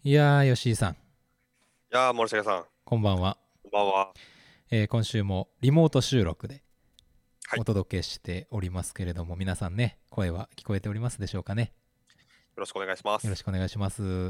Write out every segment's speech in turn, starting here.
いやー、吉井さん、 いやー、森重さん、 こんばんは。 こんばんは。 今週もリモート収録ではい。よお届けしておりますけれども、皆さんね、声は聞こえておりますでしょうかね。 ろしくお願いします。 よろしくお願いします。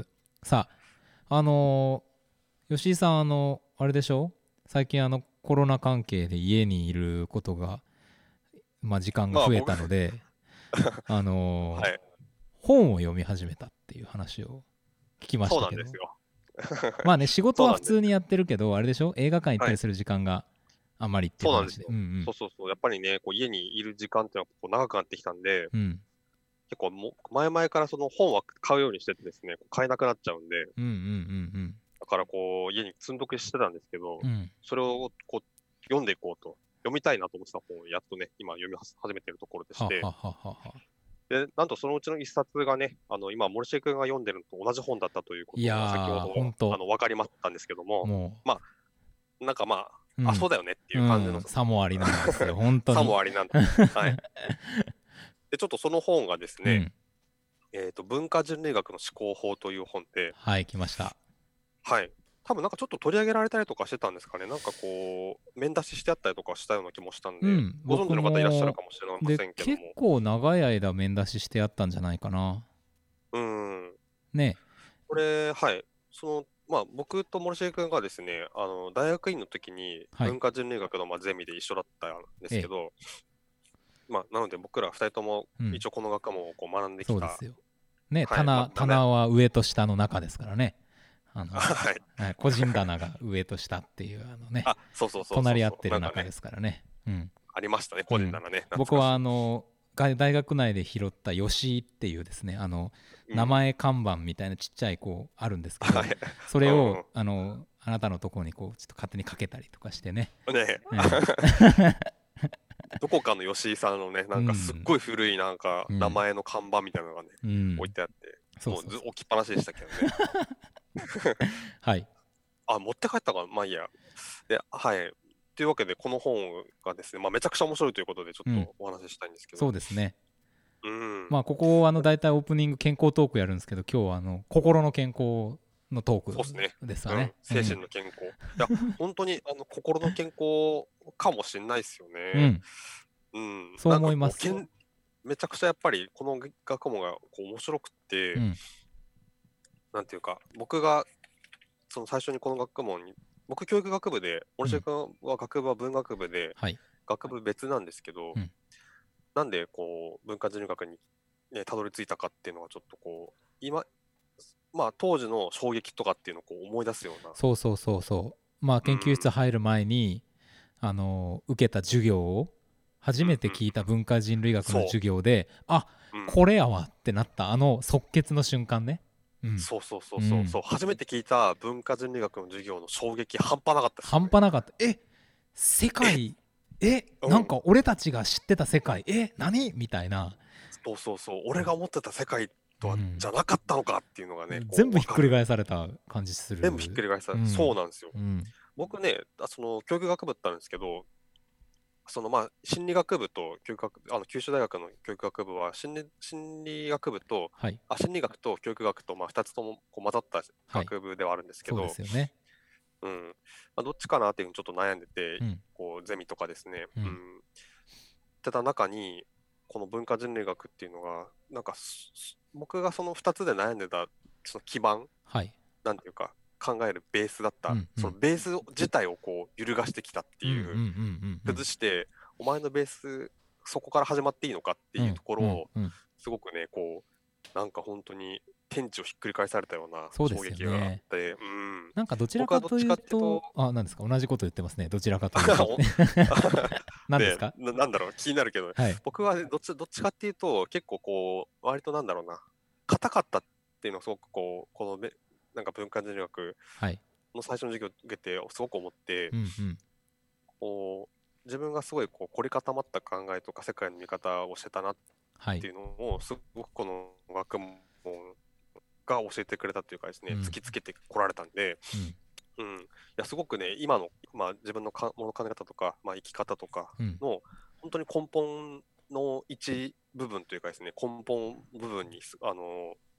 さあ、吉井さん、あれでしょ最近、コロナ関係で家にいることが、時間がまあ、 増え僕、 たので、あのーはい。 本を読み始めたっていう話を聞きましそうたけど、 なんですよ。 まあね、仕事は普そうなんですよ。 通にやってるけど、あれでしょ映画館行っはい。 たりする時間があんまりっていう話で。うそうなんですよ。 んそうそうそう。やっぱりね、家にいる時間っていうのは長くなってきたんで、 うん。うん。 結構前々からその本は買うようにしててですね、買えなくなっちゃうんで、 うんうんだから家に積んどくしてたんですけど、 うんうん。うん。 それを読んでいこうと、読みたいなと思ってた本をやっとね、今読み始めてるところでして、 ははははは。 で、なんとそのうちの一冊がね、今、森重君が読んでるのと同じ本だったというこいとが、先ほやー、 ど、 ほんと、 分かりましたんですけども、 もまなんかあ、そう、 うだよねってういう感じのん、さもありなんですよ、本当に。 さもありなんだ。はい。で、ちょっとその本がですね、 うん。 文化人類学の思考法という本で、 はい、来ました。 はい。多分なんかちょっと取り上げられたりとかしてたんですかね。なんか面出ししてあったりとかしたような気もしたんで、 うん、 ご存知僕の方いらっしゃるも、 かもしれまで、 せんけども。 結構長い間面出ししてあったんじゃないかな。 うーん。 ね。 これ、はい。僕と森重君がですね、大学院の時にはい。 文化人類学のゼミで一緒だったんでええ、 すけど、なので僕ら二人ともうん、 一応この学問を学んできた、 そうですよ。ね、 はい、 棚は上と下の中ですからね。 はい。 はい、個人棚が上と下っていう、ね、 あ、そうそうそうそうそう。 隣り合ってるなんかね、 中ですからね。うん。 ありましたね、個人うん、 ならね、懐僕はかしい。 大学内で拾った吉井っていうですね名うん。 前看板みたいなちっちゃいあるんですけど、 はい。 それをうん。 あなたのところにちょっと勝手にかけたりとかしてね、 ねえどこかの吉井さんのね、 え、うなんかすっんごい古いなんか名うん前の看板みたいなのがね、 うん置いてあって、もうそうそうそう、 置きっぱなしでしたけどね。 はい。 あ、持って帰ったかな、まあいいや。で、はい。というわけで、この本がですね、めちゃくちゃ面白いということで、ちょっうん、 とお話ししたいんですけど、 そうですね。 うん。 まあここ大体オープニング健康トークやるんですけど、今日は心の健康のトークそうですね。うん。 ですわね。う精ん神の健康。いや、本当に、心の健康かもしれないですよね。 うんうん。 そうなんか思います。 めちゃくちゃやっぱり、この学問が面白くって、 うんなんていうか、僕が、その最初にこの学問に、僕、教育学部で、 うん森重君は学部は文学部で、 はい。 学部別なんですけど、 うんなんで文化人類学に、ね、たどり着いたかっていうのはちょっと今、当時の衝撃とかっていうのを思い出すような、 そうそうそうそう。まあ研究室うん、 入る前に受けた授業を初うん、うめてん、 聞いた文化人類学のそ授業で、あ、 う、うん、 これやわってなった即決の瞬間ね。うんそうそうそうそう、 うん初めて聞いた文化人類学の授業の衝撃半端なかったですよね。 半端なかった。世え、 界、 うん、 なんか俺たちが知ってた世界、何みたいな。 そうそうそう、俺が思ってた世界とはじうんゃなかったのかっていうのがね、 全部ひっくりわかる。 返された感じす全部ひっくる。 り返した。そううんなんですよ。 うん僕ね、その教育学部だったんですけど、心理学部と教育学、九州大学の教育学部は心理学部と、 はい心理学と教育学と、2つとも混ざったはい学部ではあるんですけそうでど、 すよね。 うん。どっちかなっていうふうにちょっと悩んでて、 うんゼミとかですね、 うんうん。てた中に、この文化人類学っていうのが、なんか僕がその2つで悩んでた、その基盤、 はいなんていうか、考えるベースだった、 うんうんそのベース自体を揺るがしてきたってうんうんういう、 ん崩して、お前のベース、そこから始まっていいのかってうんうんいうところうんを、 うんすごくね、なんか本当に天地をひっくり返されたような衝そうですよ撃があっね。 て、うん。 なんかどちら僕はどっちかかというっていうと、 と、何ですか、同じこと言ってますね。どちらかというとって。何ですか？ なんだろう、気になるけど、 はい。 僕はどっちかっていうと、結構割となんだろうな、硬かったっていうのをすごくなんか文化人類学はい。 の最初の授業を受けて、すごく思って、 うんうん。 自分がすごい凝り固まった考えとか世界の見方をしてたなっはい。 ていうのを、すごくこの学問が教えてくれたというかですね、突うんきつけてこられたんで、 うん。 うん、いやすごくね、今の、自分のもの考え方とか、生き方とかうんの本当に根本の一部分というかですね、根本部分に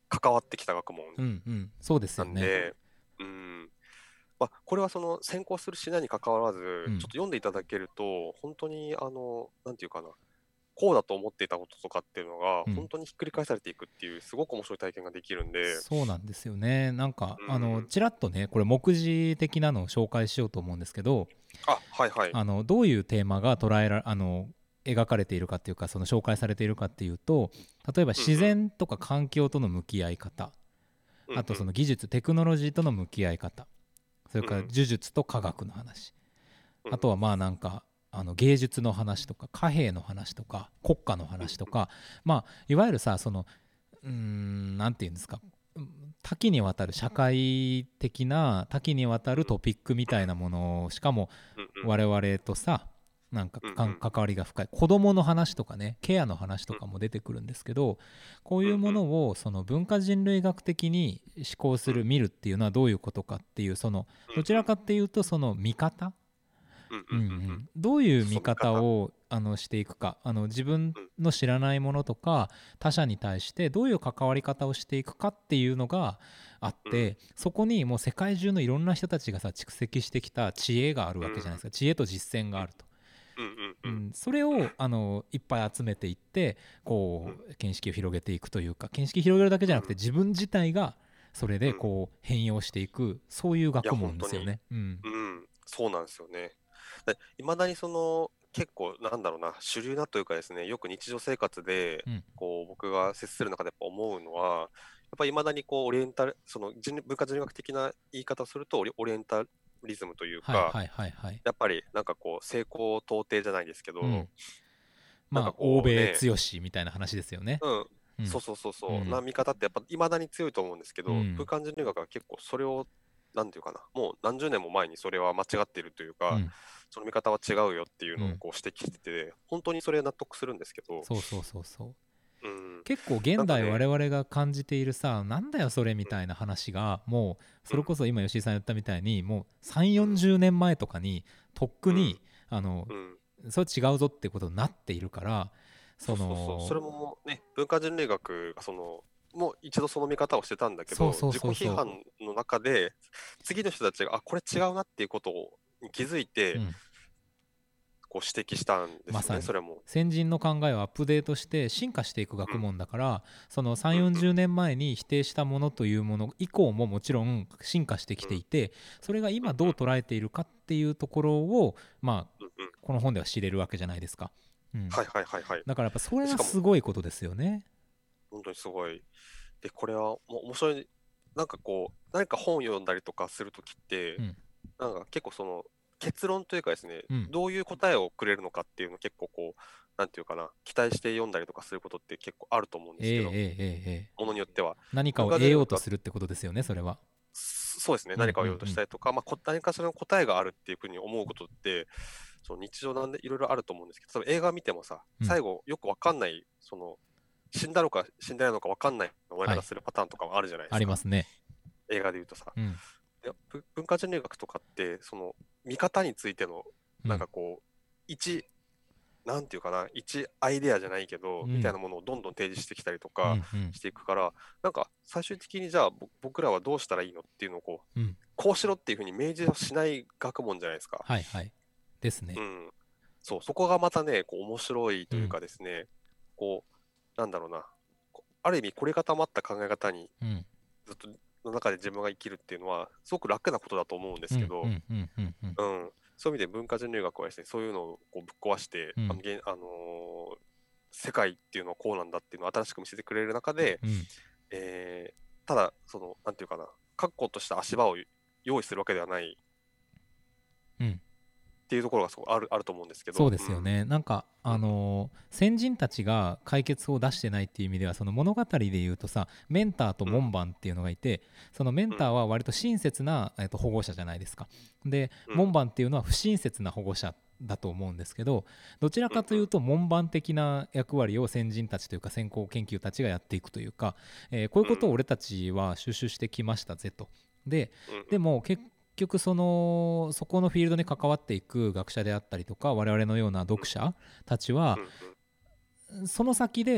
関わってきた学問うんうん、そうですよね。 なんで、まあ、これはその専攻するしないに関わらず、 うんちょっと読んでいただけると、本当になんていうかな、こうだと思っていたこととかっていうのが、 うん、 本当にひっくり返されていくっていう、すごく面白い体験ができるんで、 そうなんですよね。なんかうん。 ちらっとねこれ目次的なのを紹介しようと思うんですけど、 あ、はいはい。 どういうテーマが捉えら描かれているかっていうか、その紹介されているかっていうと、例えば自うんうん。 然とか環境との向き合い方、あとそうんうん。 の技術テクノロジーとの向き合い方、それからうん。 呪術と科学の話、 うん。 あとはまあなんか芸術の話とか貨幣の話とか国家のうん。 話とか、まあいわゆるさ、そのなんていうんですか、多岐にわたる社会的な多岐にわたるトピックみたいなものを、しかもうん。 我々とさ、なんかうん。 関わりが深い子どもの話とかね、ケアの話とうん。 かも出てくるんですけど、こううん。 いうもうん。 のをその文化人類学的に思考する、見るっていうのはどういうことかっていう、そのどちらかっていうとその見方、 うん。うん。 うんううん。うん。 ん、どういうそうそう、 見見方。 方をしていくか、自分うん。 の知らないものとか他者に対してどういう関わり方をしていくかっていうのがあっうん。 て、そこにもう世界中のいろんな人たちがさ蓄積してきた知恵があるうん。 わけじゃないですか。知恵と実践があると。 うん。うん。 うん、それをいっぱい集めていって、 うん。 こう見識を広げていくというか、見識広げるだけじゃなくて自分自体がそれでうん。 こう変容していく、そういういや、 学本当に、 問ですよね。うん、 そうなんですよね。いまだにその、結構、なんだろうな、主流なというかですね、よく日常生活で、 うん、 こう、僕が接する中でやっぱ思うのは、やっぱりいまだにこう、オリエンタル、その文化人類学的な言い方をすると、オリエンタリズムというか、 はいはいはいはい。 やっぱりなんかこう、成功到底じゃないですけうん、 ど、なんかまあ欧米こうね、 強しみたいな話ですよね。 うん、 うん、 そうそうそうそう、なうん、 見方ってやっぱいまだに強いと思うんですけど、空うん、 間人類学は結構それを、なんていうかな、もう何十年も前にそれは間違っているというか、 うん、 その見方は違うよっていううん、 のをこう指摘してて、本当にそれ納得するんですけど、 そうそうそうそう。 うん、 結構現代我なんかね、 々が感じているさ、なんだよそれみたいな話が、もうそうん、 れこそ今吉井さん言ったみたいに、もう3 うん、 4 0年前とかにとっくうん、 にうん、 それ違うぞってことになっているから、そそうそうそう、それのもね、文化人類学がその、もう一度その見方をしてたんだけど、 そうそう自己そうそ批判の中で、次の人たちが、あ、これ違うなっていうことに気づいう、うて、 ん、 こう指摘したんですよね、そまさにれも。 先人の考えをアップデートして進化していくうん、 学問だから、その3 うん、うん、 4 0年前に否定したものというもの以降ももちろん進化してきうん、 ていて、それがうん、うん、 今どう捉えているかっていうところを、まあうん、うん、 この本では知れるわけじゃないですか。うん、 はいはいはいはい。 だからやっぱそれがでしかも、 すごいことですよね。 本当にすごい。で、これはもう面白い。なんかこう、何か本を読んだりとかするときって、 うん、 なんか結構その結論というかですね、 うん、 どういう答えをくれるのかっていうのを結構こう、なんていうかな、期待して読んだりとかすることって結構あると思うんですけど、ものによっては。 何か文を得ようと化人類学はするってことですよね、それは。 そうですね、 うん何かを言おうとしうんうんたりとか、まあ、何かしらの答えがあるっていうふうに思うことって、その日常なんでいろいろあると思うんですけど、例えば映画見てもさ、 うん、 最後よくわかんない、その死んだのか死んでないのかわかんない終わりはい、 方するパターンとかもあるじゃないであすか。 りますね。 映画で言うとさ。 うん、 文化人類学とかって、その見方についての、 うん、 なんかこう、なんていうかな、一アイデアじゃないけど、みたいうん、 なものをどんどん提示してきたりとかうん、うん、 していくから、なんか最終的にじゃあ僕らはどうしたらいいのっていうのをうん、 こうしろっていうふうに明示はしない学問じゃないですか。 はいはいですね。 うん。そう、そこがまたね、こう面白いといううん、 かですね、こう、なんだろうな、ある意味凝り固まった考え方にうん、 ずっとの中で自分が生きるっていうのは、すごく楽なことだと思うんでうん、うすけど、 ん、うん、うん、うん、 うん、そういう意味で文化人類学はですね、そういうのをこうぶっ壊して、 うん、 世界っていうのはこうなんだっていうのを新しく見せてくれる中で、 うん、 ただ、その、なんていうかな、確固とした足場を用意するわけではないうん、 っていうところがすごくあると思うんですけど、 そうでうん、 すよね。なんかうん、 先人たちが解決を出してないっていう意味では、その物語で言うとさ、メンターとうん、 門番っていうのがいて、そのメンうん、 ターは割と親切な、保護者じゃないですか。でうん、 門番っていうのは不親切な保護者だと思うんですけど、どちらうん、 かというと門番的な役割を先人たちというか先行研究たちがやっていくというか、こういううん、うん、 ことを俺たちは収集してきましたぜと。でうん、 でも結局そこのフィールドに関わっていく学者であったりとか我々のような読者たちはうん、 その先で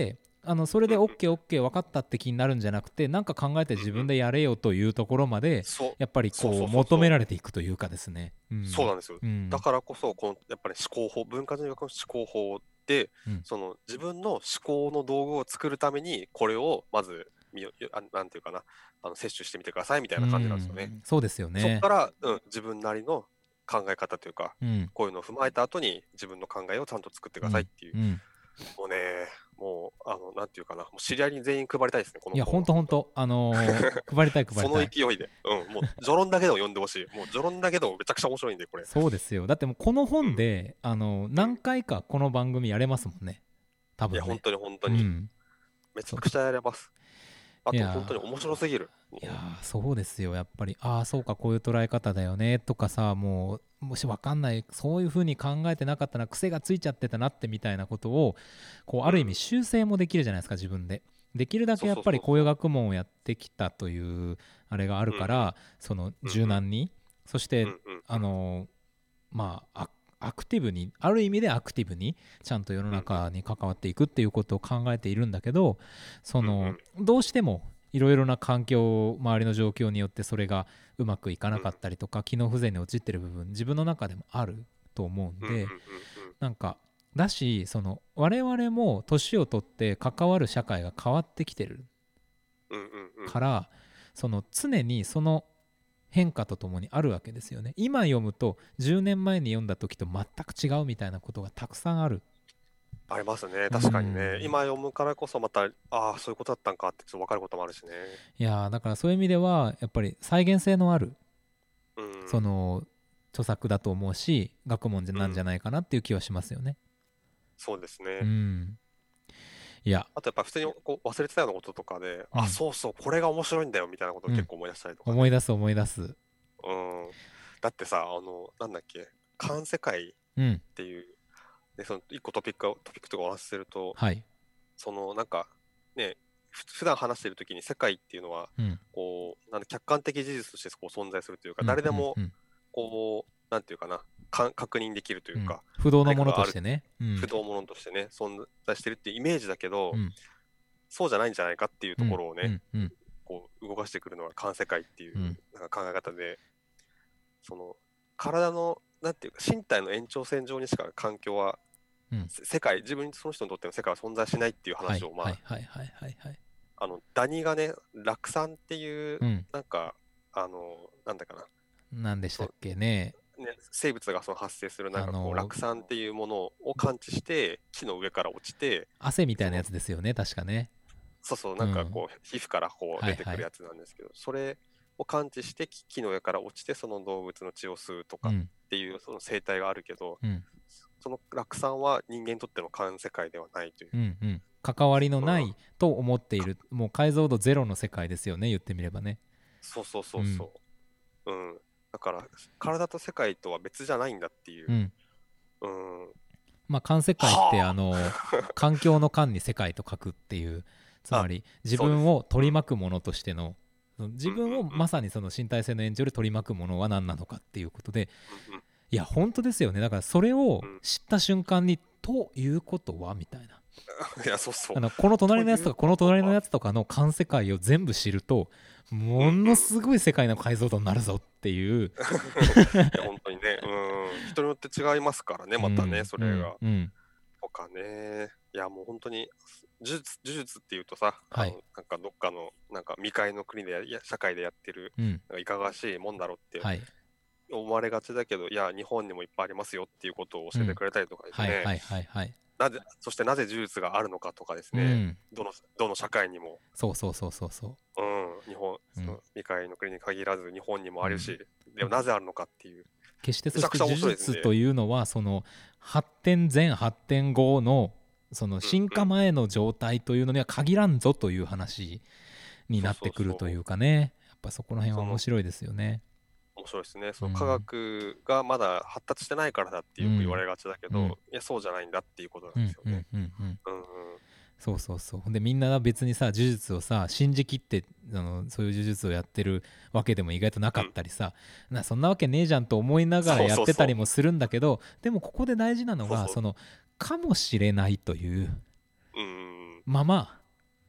それでうんうん。 OKOK 分かったって気になるんじゃなくて、なんか考えて自分でやれよというところまでそう、 やっぱりそうこうそうそうそう。 求められていくというかですね。うんそうなんですよ。だうんからこそ、やっぱり思考法、文化人学の思考法で、 うんその自分の思考の道具を作るために、これをまずなんていうかな、摂取してみてくださいみたいうな感じなんですよね。 ん、そうですよね。 そこから、自分なりの考え方というか、 うんこういうのを踏まえた後に自分の考えをちゃんと作ってくださいっうんていう、 うんもうね、もう、なんていうかな、もう知り合いに全員配りたいですね、このいや、ほ本は、本当に。 んとほんと、配りたい配そりたい。 の勢いで、もう、序論だけでも読んでほしい。もう、序論だけでもめちゃくちゃ面白いんで、これ。 そうですよ。だってもうこのうん、 本で、 うん。 何回かこの番組やれますもんね。多いや、 分ね。 本当に本当に、 うん。そう。 めちゃくちゃやれます。あと、本いや当に面白すぎる。 いやそうですよ。やっぱり、ああ、そうか、こういう捉え方だよね、とかさ、もしわかんない、そういうふうに考えてなかったら癖がついちゃってたなってみたいなことを、こう、ある意味うん。 修正もできるじゃないですか、自分で。できるだそうそうけやっぱりそうそこういう学問をやってきたというあれがあるう。うんうん。 から、そのうんうん。 柔軟に、そしてうんうんあのアクティブに、ある意味でアクティブにちゃんと世のうん。うんうん。 中に関わっていくっていうことを考えているんだけど、そのうんうん。 どうしてもいろいろな環境、周りの状況によってそれがうまくいかなかったりとか、機能不全に陥ってる部分自分の中でもあると思うんうんうんうんで、 うん。 なんかだし、その我々も年を取って関わる社会が変わってきてるうんうんうん。 から、その常にその変化とともにあるわけですよね。今読むと10年前に読んだ時と全く違うみたいなことがたくさんある。 ありますね。 う確かにね。 ん。 今読むからこそまた、ああ、そういうことだったんかってちょっと分かることもあるしね。 いやーだからそういう意味ではやっぱり再現性のあるうん。 その著作だと思うし、学問なんじゃうん。 ないかなっていう気はしますよね。 そうですうね。 ん。いや、 あとやっぱ普通にこう忘れてたようなこととかで、あ、 うん。 そうそう、これが面白いんだよみたいなことをうん。 結構思い出したりとかね。 思い出す思い出す。 うん。だってさ、なんだっけ、環世界っうん。 ていう、で、その一個トピックとかお話しすると、 はい。 なんか、ね、普段話してる時に世界っていうのは、 うん。 こう、なんだ客観的事実としてこう存在するというか、 うん。うん。 誰でも、 うん。 こう、なんていうかな、確認できるというん。 うか、 不動のもの何かがある、 としてね。うん。 不動ものとしてね、存在してるっていうイメージだけど、 うん。 そうじゃないんじゃないかっていううん。 ところをね、 うん。うん。 こう動かしてくるのが環世界っていううん。 なんか考え方で、その体のなんていうか身体の延長線上にしか環境はうん。 世界、自分その人にとっての世界は存在しないっていうはい。 話を、 はい。はい。はい。はい。はい。 ダニがね、酪酸っていううん。 なんかなんだかな、 何でしたっそうけね。 ね、生物がその発生するなんかこうあの、 酪酸っていうものを感知して木の上から落ちて、 汗みたいなやそのつですよね、確かね。 そうそう、なんかうん。 こう、皮膚からこうはいはい。 出てくるやつなんですけど、それを感知して木の上から落ちて、その動物の血を吸うとかっうん。 ていうその生態があるけど、 うん。 その酪酸は人間にとっての環世界ではないという。 うんうん。関わりのうん。 ないと思っている、もう解像度ゼロの世界ですよね、言ってみればね。 そうそううん。 そうそう。うん。だから、体と世界とは別じゃないんだっていう。 うん。 うん。 まあ、環世界っては環境の環に世界と書くっていう、つあ。あ、 まり自そうです。 分を取りうん。 巻くものとしての、自うんうんうん。 分をまさにその身体性の延長で取り巻くものは何なのかっていうことで、 うんうんいや本当ですよね。だからそれをうん。 知った瞬間に、ということはみたいな、 いや、そうそう。 この隣のやつというとかこの隣のことは、 やつとかの環世界を全部知ると、ものうんうん。 すごい世界の解像度になるぞっていう。 いや、本当にね、うん。人によって違いますからね、 うまたね、 んうんそれが。 うん。 とかね。いや、もう本当に、呪術っていうとさ、 はい。 なんかどっかの、なんか未開の国で社会でやってる、 うんなんかいかがわしいもんだろうってはい。 思われがちだけど、いや、日本にもいっぱいありますよっていうことをうん教えてくれたりとかですね。 はいはいはいはい。 そしてなぜ呪術があるのかとかですね。 うんどの社会にも、 そうそうそうそうそうん、 う。うんその未開の国に限らず日本にもあるうん。 し、でもなぜあるのかっていう、 決してそして呪めちゃくちゃ面白いですね。 術というのはその発展前発展後のそのうんうん。 進化前の状態というのには限らんぞという話になっそうそてくるというそう。 うかね。やっぱそこら辺はその面白いですよね。 面白いですね。その科うん学がまだ発達してないからだってよく言わうんれがちだけうんど、いや、そうじゃないんだっていうことなんうんうんですよね。 うんうんうんうん。 そうそうそう。ほんでみんな別にさ呪術をさ信じきってそういう呪術をやってるわけでも意外となかうん。 ったりさ、そんなわけねえじゃんと思いながらそうやってたそうそう。 りもするんだけど、でもここで大事なのそうそう。 がそのかもしれないといううんうんうん。 まま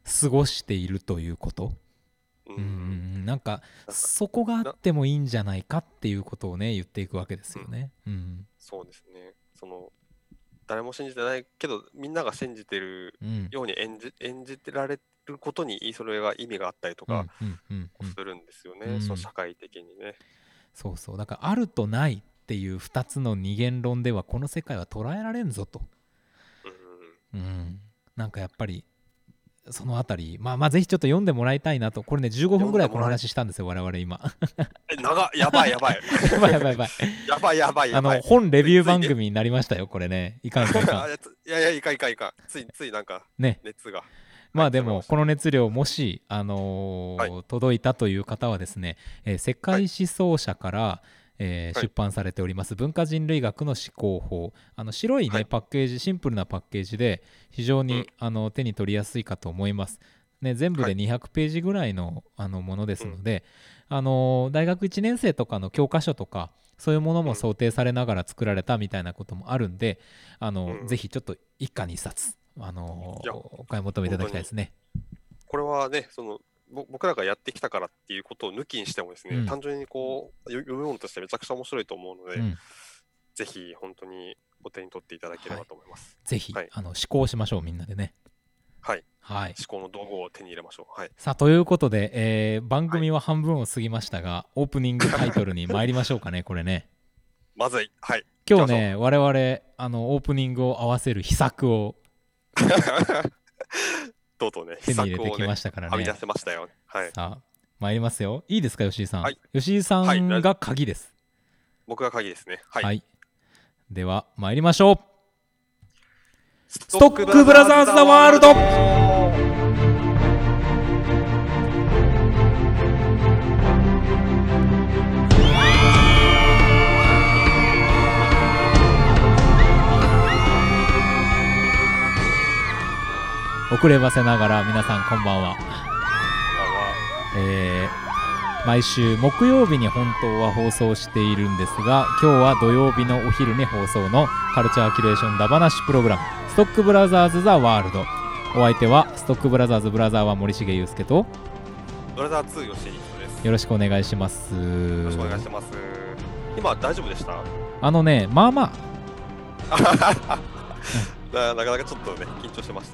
過ごしているということ、なんかそこがあってもいいんじゃないかっていうことをね言っていくわけですよね。 そうですね。誰も信じてないけどみんなが信じてるように演じてられることにそれが意味があったりとかするんですよね、その社会的にね。 そうそう、だからあるとないっていう2つの二元論ではこの世界は捉えられんぞと、なんかやっぱりそのあたり、まあぜひちょっと読んでもらいたいなと。これね15分ぐらいこの話したんですよ我々今。 やばいやばい本レビュー番組になりましたよこれね。いかんいやいかんついなんかね熱が。 まあでもこの熱量もし届いたという方はですね、世界思想者から出版されております文化人類学の思考法、白いねパッケージ、シンプルなパッケージで非常に手に取りやすいかと思いますね。全部で200ページぐらいのものですので、大学1年生とかの教科書とかそういうものも想定されながら作られたみたいなこともあるんで、ぜひちょっと一家に一冊お買い求めいただきたいですね。 これはね僕らがやってきたからっていうことを抜きにしてもですね、単純にこう読み物としてめちゃくちゃ面白いと思うので、ぜひ本当にお手に取っていただければと思います。 ぜひ、思考しましょうみんなでね。 はい、思考の道具を手に入れましょう。 さあということで、番組は半分を過ぎましたが、オープニングタイトルに参りましょうかねこれね。 まずい。 今日ね我々オープニングを合わせる秘策をとうとうね手に入れてきましたからね。 編み出せましたよ。 さあ参りますよ。いいですか吉井さん。吉井さんが鍵です。 僕が鍵ですね。 では参りましょう。ストックブラザーズ・ザ・ワールド。遅ればせながら皆さんこんばんは。毎週木曜日に本当は放送しているんですが、今日は土曜日のお昼に放送のカルチャーキュレーションだばなしプログラムストックブラザーズ・ザ・ワールド。お相手はストックブラザーズブラザーは森重裕介とブラザー2吉井です。 よろしくお願いします。よろしくお願いします。今大丈夫でした？ まあまあなかなかちょっとね緊張してました。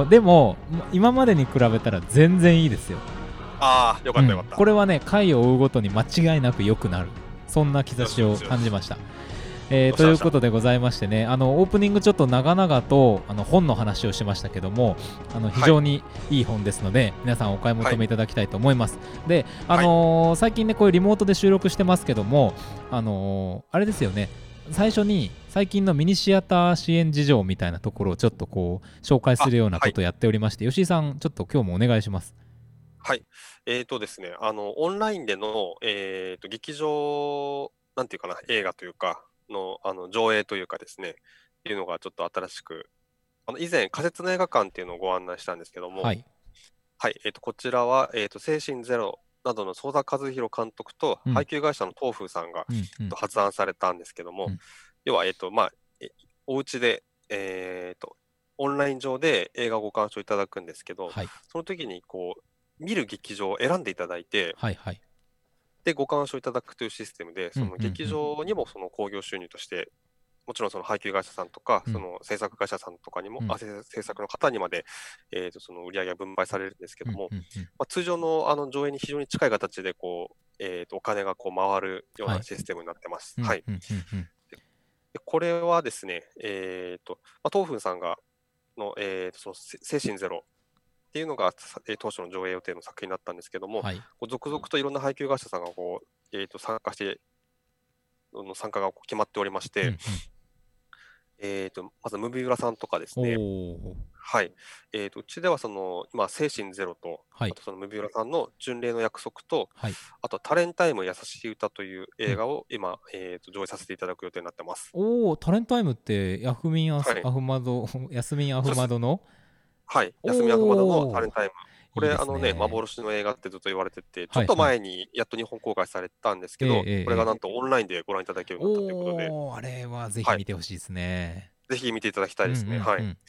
でも今までに比べたら全然いいですよ。 よかったよかった。 これはね回を追うごとに間違いなく良くなる、そんな兆しを感じました。ということでございましてね、オープニングちょっと長々と本の話をしましたけども、非常にいい本ですので、皆さんお買い求めいただきたいと思います。で、最近ねこういうリモートで収録してますけども、あれですよね、最初に最近のミニシアター支援事情みたいなところをちょっとこう紹介するようなことをやっておりまして、吉井さんちょっと今日もお願いします。 ですね、オンラインでの、劇場なんていうかな、映画というかの上映というかですね、っていうのがちょっと新しく、以前仮設の映画館っていうのをご案内したんですけども、こちらは、精神ゼロなどの曽田和弘監督と配給会社の東風さんが、発案されたんですけども、要は、お家で、オンライン上で映画をご鑑賞いただくんですけど、その時にこう見る劇場を選んでいただいて、でご鑑賞いただくというシステムで、その劇場にもその興行収入として、もちろんその配給会社さんとか、その制作会社さんとかにも、制作の方にまで、その売り上げが分配されるんですけども、通常の上映に非常に近い形でこう、お金がこう回るようなシステムになってます。これはですね、東風さんがの、その精神ゼロっていうのが当初の上映予定の作品だったんですけども、続々といろんな配給会社さんがこう、参加が決まっておりまして、まずムビウラさんとかですね、うちではその今精神ゼロと、あとそのムビウラさんの巡礼の約束と、あとタレンタイム優しい歌という映画を今、上映させていただく予定になってます。 タレンタイムってヤスミン・アフマドのヤスミン・アフマドのタレンタイム。これ幻の映画ってずっと言われてて、ちょっと前にやっと日本公開されたんですけど、これがなんとオンラインでご覧いただけるようになったということで、 あれはぜひ見てほしいですね。 ぜひ見ていただきたいですね。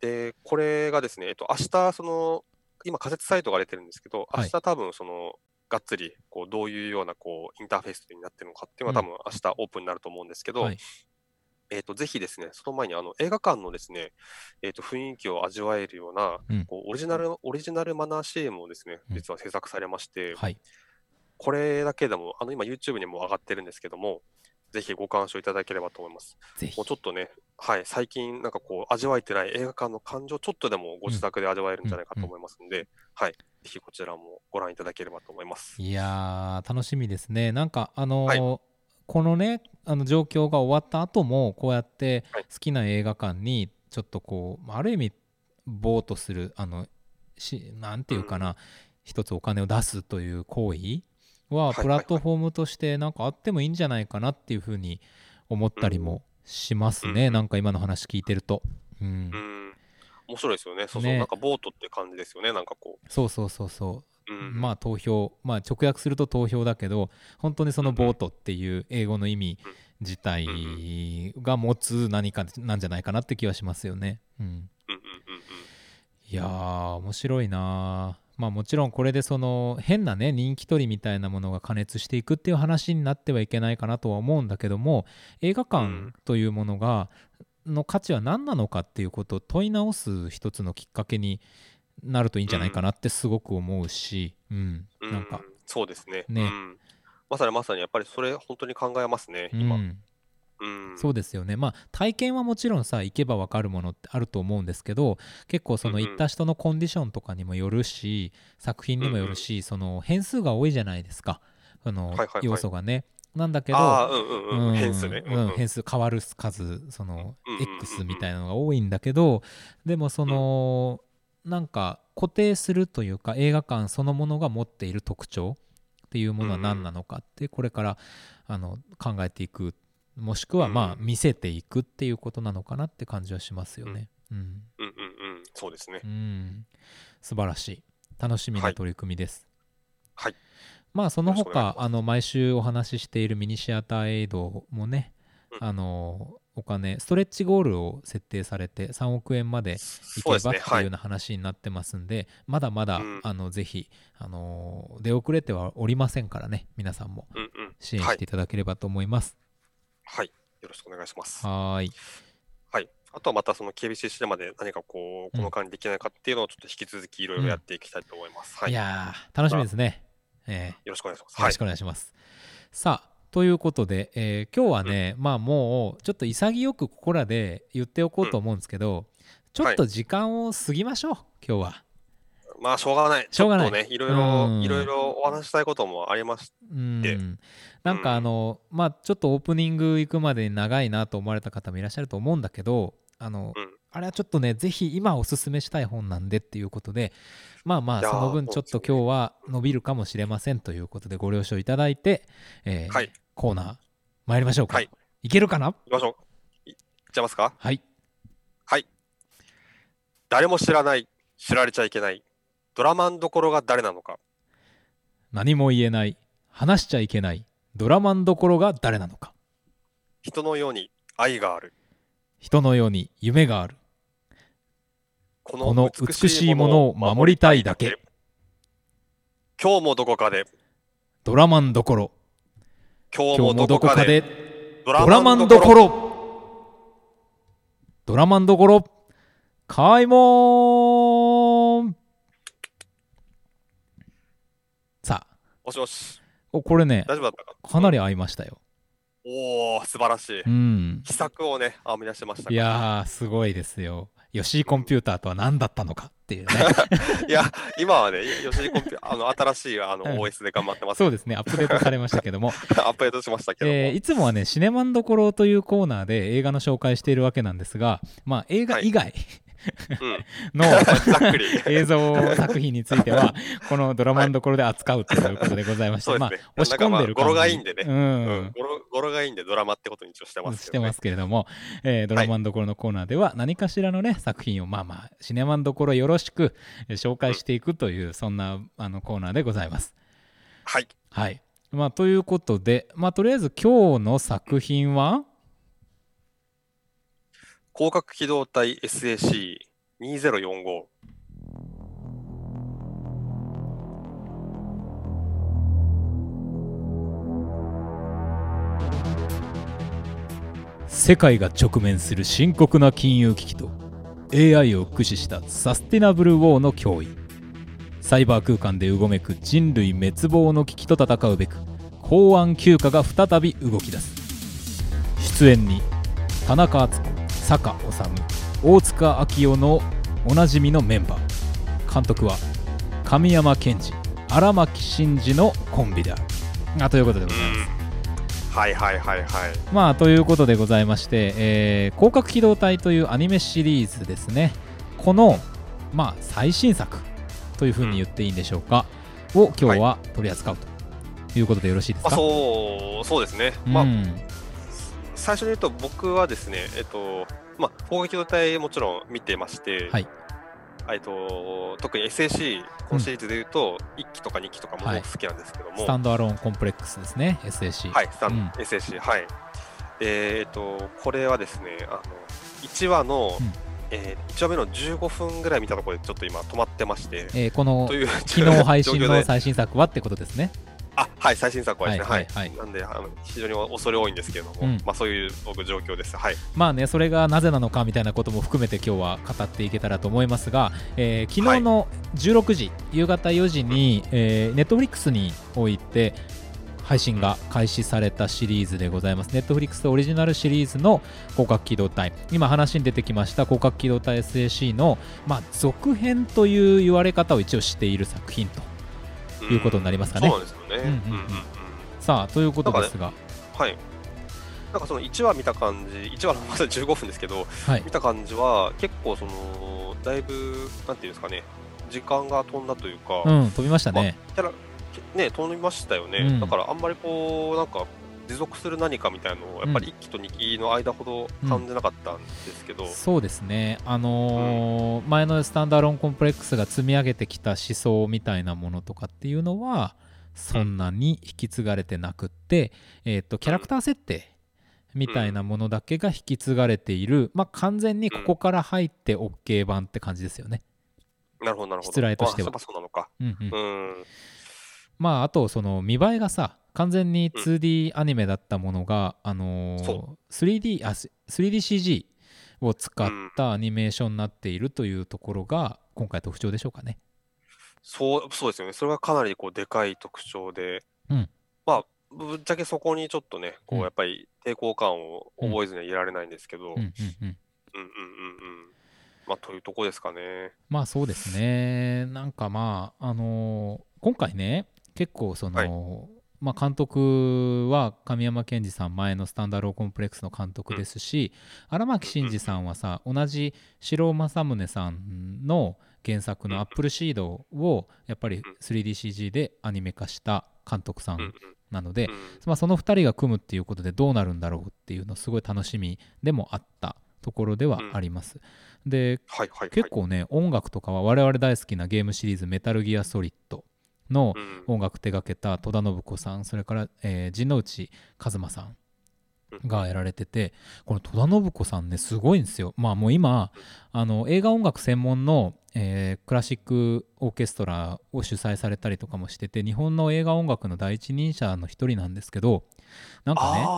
で、これがですね、明日、今仮説サイトが出てるんですけど、 はい。 明日多分がっつり、どういうような、インターフェースになってるのかっていうのが多分明日オープンになると思うんですけど、 はい。 ぜひですね、その前に映画館のですね、雰囲気を味わえるような、 うん。 オリジナルマナー CM をですね、 うん。 実は制作されまして、 はい。 これだけでも、今 YouTube にも上がってるんですけども、ぜひご鑑賞いただければと思います。 ぜひ。 もうちょっとね、はい、最近味わえてない映画館の感情、ちょっとでもご自宅で味わえるんじゃないかと思いますので、はい、ぜひこちらもご覧いただければと思います。 いやー、楽しみですね。 はい、 このね、状況が終わった後も、こうやってはい、 好きな映画館に、ちょっとある意味、ぼーっとする、なんてうん、 いうかな、一つお金を出すという行為は、 はい、 プラッはい、はい、 トフォームとしてなんかあってもいいんじゃないかなっていうふうに思っうん、 たりもしますうん、 ね。なんか今の話聞いてると。うん。 うん、面白いですよね。そうそう、 ね。 ボートって感じですよね、 そうそうそうそう。 うん、 まあ投票、まあ直訳すると投票だけど、本当にそうん、うん、 のボートっていう英語の意味自うん、うん、うん、 体が持つ何かなんじゃないかなって気はしますよね。うん。 うん、うん、 いやー、面白いなー。まあもちろんこれでその変なね、人気取りみたいなものが過熱していくっていう話になってはいけないかなとは思うんだけども、映画うん、 館というものが、の価値は何なのかっていうことを問い直す一つのきっかけになるといいんじゃないかうん、 なってすごく思うし、うん、 うん、 なんかそうですね。うね、 ん。まさにまさにやっぱりそれ本当に考えますね、今。 うん、 うん。 そうですよね。まあ体験はもちろんさ、行けば分かるものってあると思うんですけど、結構うんうん。 その行った人のコンディションとかにもよるし、作品にもよるうんうん。 し、その変数が多いじゃないですか、要はいはいはい。 素がね。なんだけど、 ああ、うんうんううん。変数ね。うんうん。 変数変わる数、そのうんうんうん X みうん。 たいなのが多いんだけど、でもうん。 なんか固定するというか、映画館そのものが持っている特徴っていうものは何うんうん。 なのかって、これから考えていく、もしくはまあうん。 見せていくっていうことなのかなって感じはしますようん。 ね。うん、 うんうんうん。そうですね。 うん、素晴らしい、楽しみはい。 な取り組みです。 はい。 まあそのよろしくお願いし他ます。 毎週お話ししているミニシアターエイドもね、 うん。 お金ストレッチゴールを設定されて3億円までいそうですね。 けばっていうはい。 ような話になってますんで、まだまだうん。 ぜひ出遅れてはおりませんからね、皆さんもうんうん。 支援はい。 していただければと思います。 はい。よろしくお願いします。 はーい。 はい。あとはまたKBC シネマで何かこのうん。 間にできないかっていうのをちょっと引き続きいろいろやっうん。 ていきたいと思います。はいい。 やー、楽しみまたですね。 よろしくお願いします。はい。 よろしくお願いします。さあ、ということで、今日はうん。 ね、まあもうちょっと潔くここらで言っておこうん。 うと思うんですけど、ちょっはい。 と時間を過ぎましょう、今日は。 まあ、しょうがない。 しょうがない。 ちょっとね、 ういろいーん。 ろお話ししたいこともありましうーて、 ん。なんかうん。 まあちょっとオープニング行くまでに長いなと思われた方もいらっしゃると思うんだけど、 うん。 あれはちょっとね、ぜひ今おすすめしたい本なんでっていうことで、まあまあそのいやー、 分ちょっとそうですよね。 今日は伸びるかもしれませんということでご了承いただいて、 はい。 コーナー参りましょうか。 はい。 いけるかな？ 行きましょう。いっちゃいますか？ はい。 はい。誰も知らない、知られちゃいけない、ドラマンどころが誰なのか。 何も言えない、話しちゃいけない、ドラマンどころが誰なのか。 人のように愛がある。 人のように夢がある。 このこの美美しいもしいもののを守りを守りたいだけ。 たいだけ。今日もどこかで、 ドラマンどころ。 今日も今日もどこかで、 どこかで、 ドラマドラマンンどころ。 どころ。ドラマンどころ。開門。さあ、 もしもし、 これね、 大丈夫だったか？うん。 かなり合いましたよ。 おー、素晴らしい。 うん。 秘策をね、編み出してましたいから。 やー、すごいですよ。吉井うん。 コンピューターとは何だったのかっていうね。 いや、今はね、吉井コンピュ新しいうん。 OS で頑張ってますけど、 そうですね、アップデートされましたけども、 アップデートしましたけども。 いつもはね、シネマンどころというコーナーで映画の紹介しているわけなんですが、まあ、映画はい。 以外うん。 のざっくり。 映像作品については、このドラはい。 マンどころで扱うということでございまして、まあ、 そうですね。 押し込んでる語呂感じ、 がいいんでね。 ううん。 ん、 語呂がいいんでドラマってことに一応してますしてまけどね。 すけれども、ドはい。 ラマンどころのコーナーでは何かしらのね、作品をまあまあ、シネマンどころよろしく紹うん。 介していくという、そんなコーナーでございます。 はい。 はい。まあ、ということで、まあ、とりあえず今日の作品は、 広角機動隊 SAC 2045。 世界が直面する深刻な金融危機と AI を駆使したサステナブルウォーの脅威。サイバー空間でうごめく人類滅亡の危機と戦うべく公安休暇が再び動き出す。出演に田中敦子、坂治、大塚明夫のおなじみのメンバー。監督は神山健二、荒牧伸二のコンビだ。ということでございます。 はいはいはいはい。 ということでございまして、広角機動隊というアニメシリーズですね。この、最新作というふうに言っていいんでしょうか、を今日は取り扱うということでよろしいですか？ そうですね。最初に言うと僕はですね、広角機動隊もちろん見てまして、特に SAC このシリーズでいうと、1期とか2期とかも好きなんですけども、 スタンドアローンコンプレックスですね、 SAC。 はい、SAC、はい。これはですね、1話の、1話目の15分ぐらい見たところでちょっと今止まってまして、 この昨日配信の最新作はってことですね。 はい、最新作はですね、なんで非常に恐れ多いんですけれども、そういう僕状況です。はい。 それがなぜなのかみたいなことも含めて今日は語っていけたらと思いますが、昨日の16時、夕方4時に、Netflix において配信が開始されたシリーズでございます。Netflix オリジナルシリーズの広角機動隊、今話に出てきました広角機動隊 SAC の、続編という言われ方を一応している作品ということになりますかね。 そうなんですよね。 さあ、ということですが、 なんかその1話見た感じ、1話のまだ15分ですけど、見た感じは結構だいぶなんていうんですかね、時間が飛んだというか、 飛びましたね。 飛びましたよね。だからあんまりなんか持続する何かみたいなのをやっぱり1期と2期の間ほど感じなかったんですけど、 そうですね。前のスタンダーローンコンプレックスが積み上げてきた思想みたいなものとかっていうのはそんなに引き継がれてなくって、キャラクター設定みたいなものだけが引き継がれている、完全にここから入って OK 版って感じですよね。 なるほどなるほど。 失礼としては。 そうなのか。 あとその見栄えがさ、完全に 2D アニメだったものが、3DCG を使ったアニメーションになっているというところが今回特徴でしょうかね。 そうですよね。それがかなりでかい特徴で、ぶっちゃけそこにちょっとね、やっぱり抵抗感を覚えずにはいられないんですけど、というとこですかね。 そうですね。なんか今回ね、結構監督は神山健二さん、前のスタンダーローコンプレックスの監督ですし、荒牧伸二さんはさ、同じ城尾正宗さんの原作のアップルシードをやっぱり 3DCG でアニメ化した監督さんなので、その2人が組むっていうことでどうなるんだろうっていうのすごい楽しみでもあったところではあります。で、結構ね、音楽とかは我々大好きなゲームシリーズメタルギアソリッドの音楽手掛けた戸田信子さん、それから、陣内一馬さんがやられてて、この戸田信子さんね、すごいんですよ。もう今映画音楽専門の、クラシックオーケストラを主催されたりとかもしてて、日本の映画音楽の第一人者の一人なんですけど、なんかね、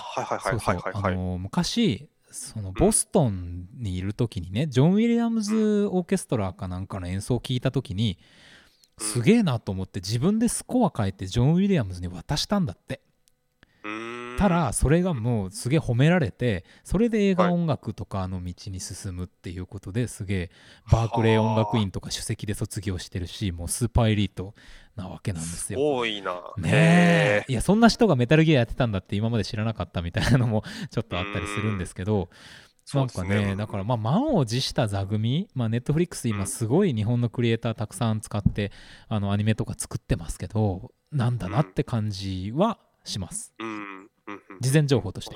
昔ボストンにいる時にね、ジョン・ウィリアムズオーケストラかなんかの演奏を聞いた時にすげえなと思って自分でスコア書いてジョン・ウィリアムズに渡したんだって。ただそれがもうすげえ褒められて、それで映画音楽とかの道に進むっていうことですげえバークレー音楽院とか首席で卒業してるし、もうスーパーエリートなわけなんですよ。 多いな。 ねえ。いや、そんな人がメタルギアやってたんだって今まで知らなかったみたいなのもちょっとあったりするんですけど、なんかね、だから満を持した座組、ネットフリックス今すごい日本のクリエイターたくさん使ってアニメとか作ってますけど、なんだなって感じはします。事前情報として。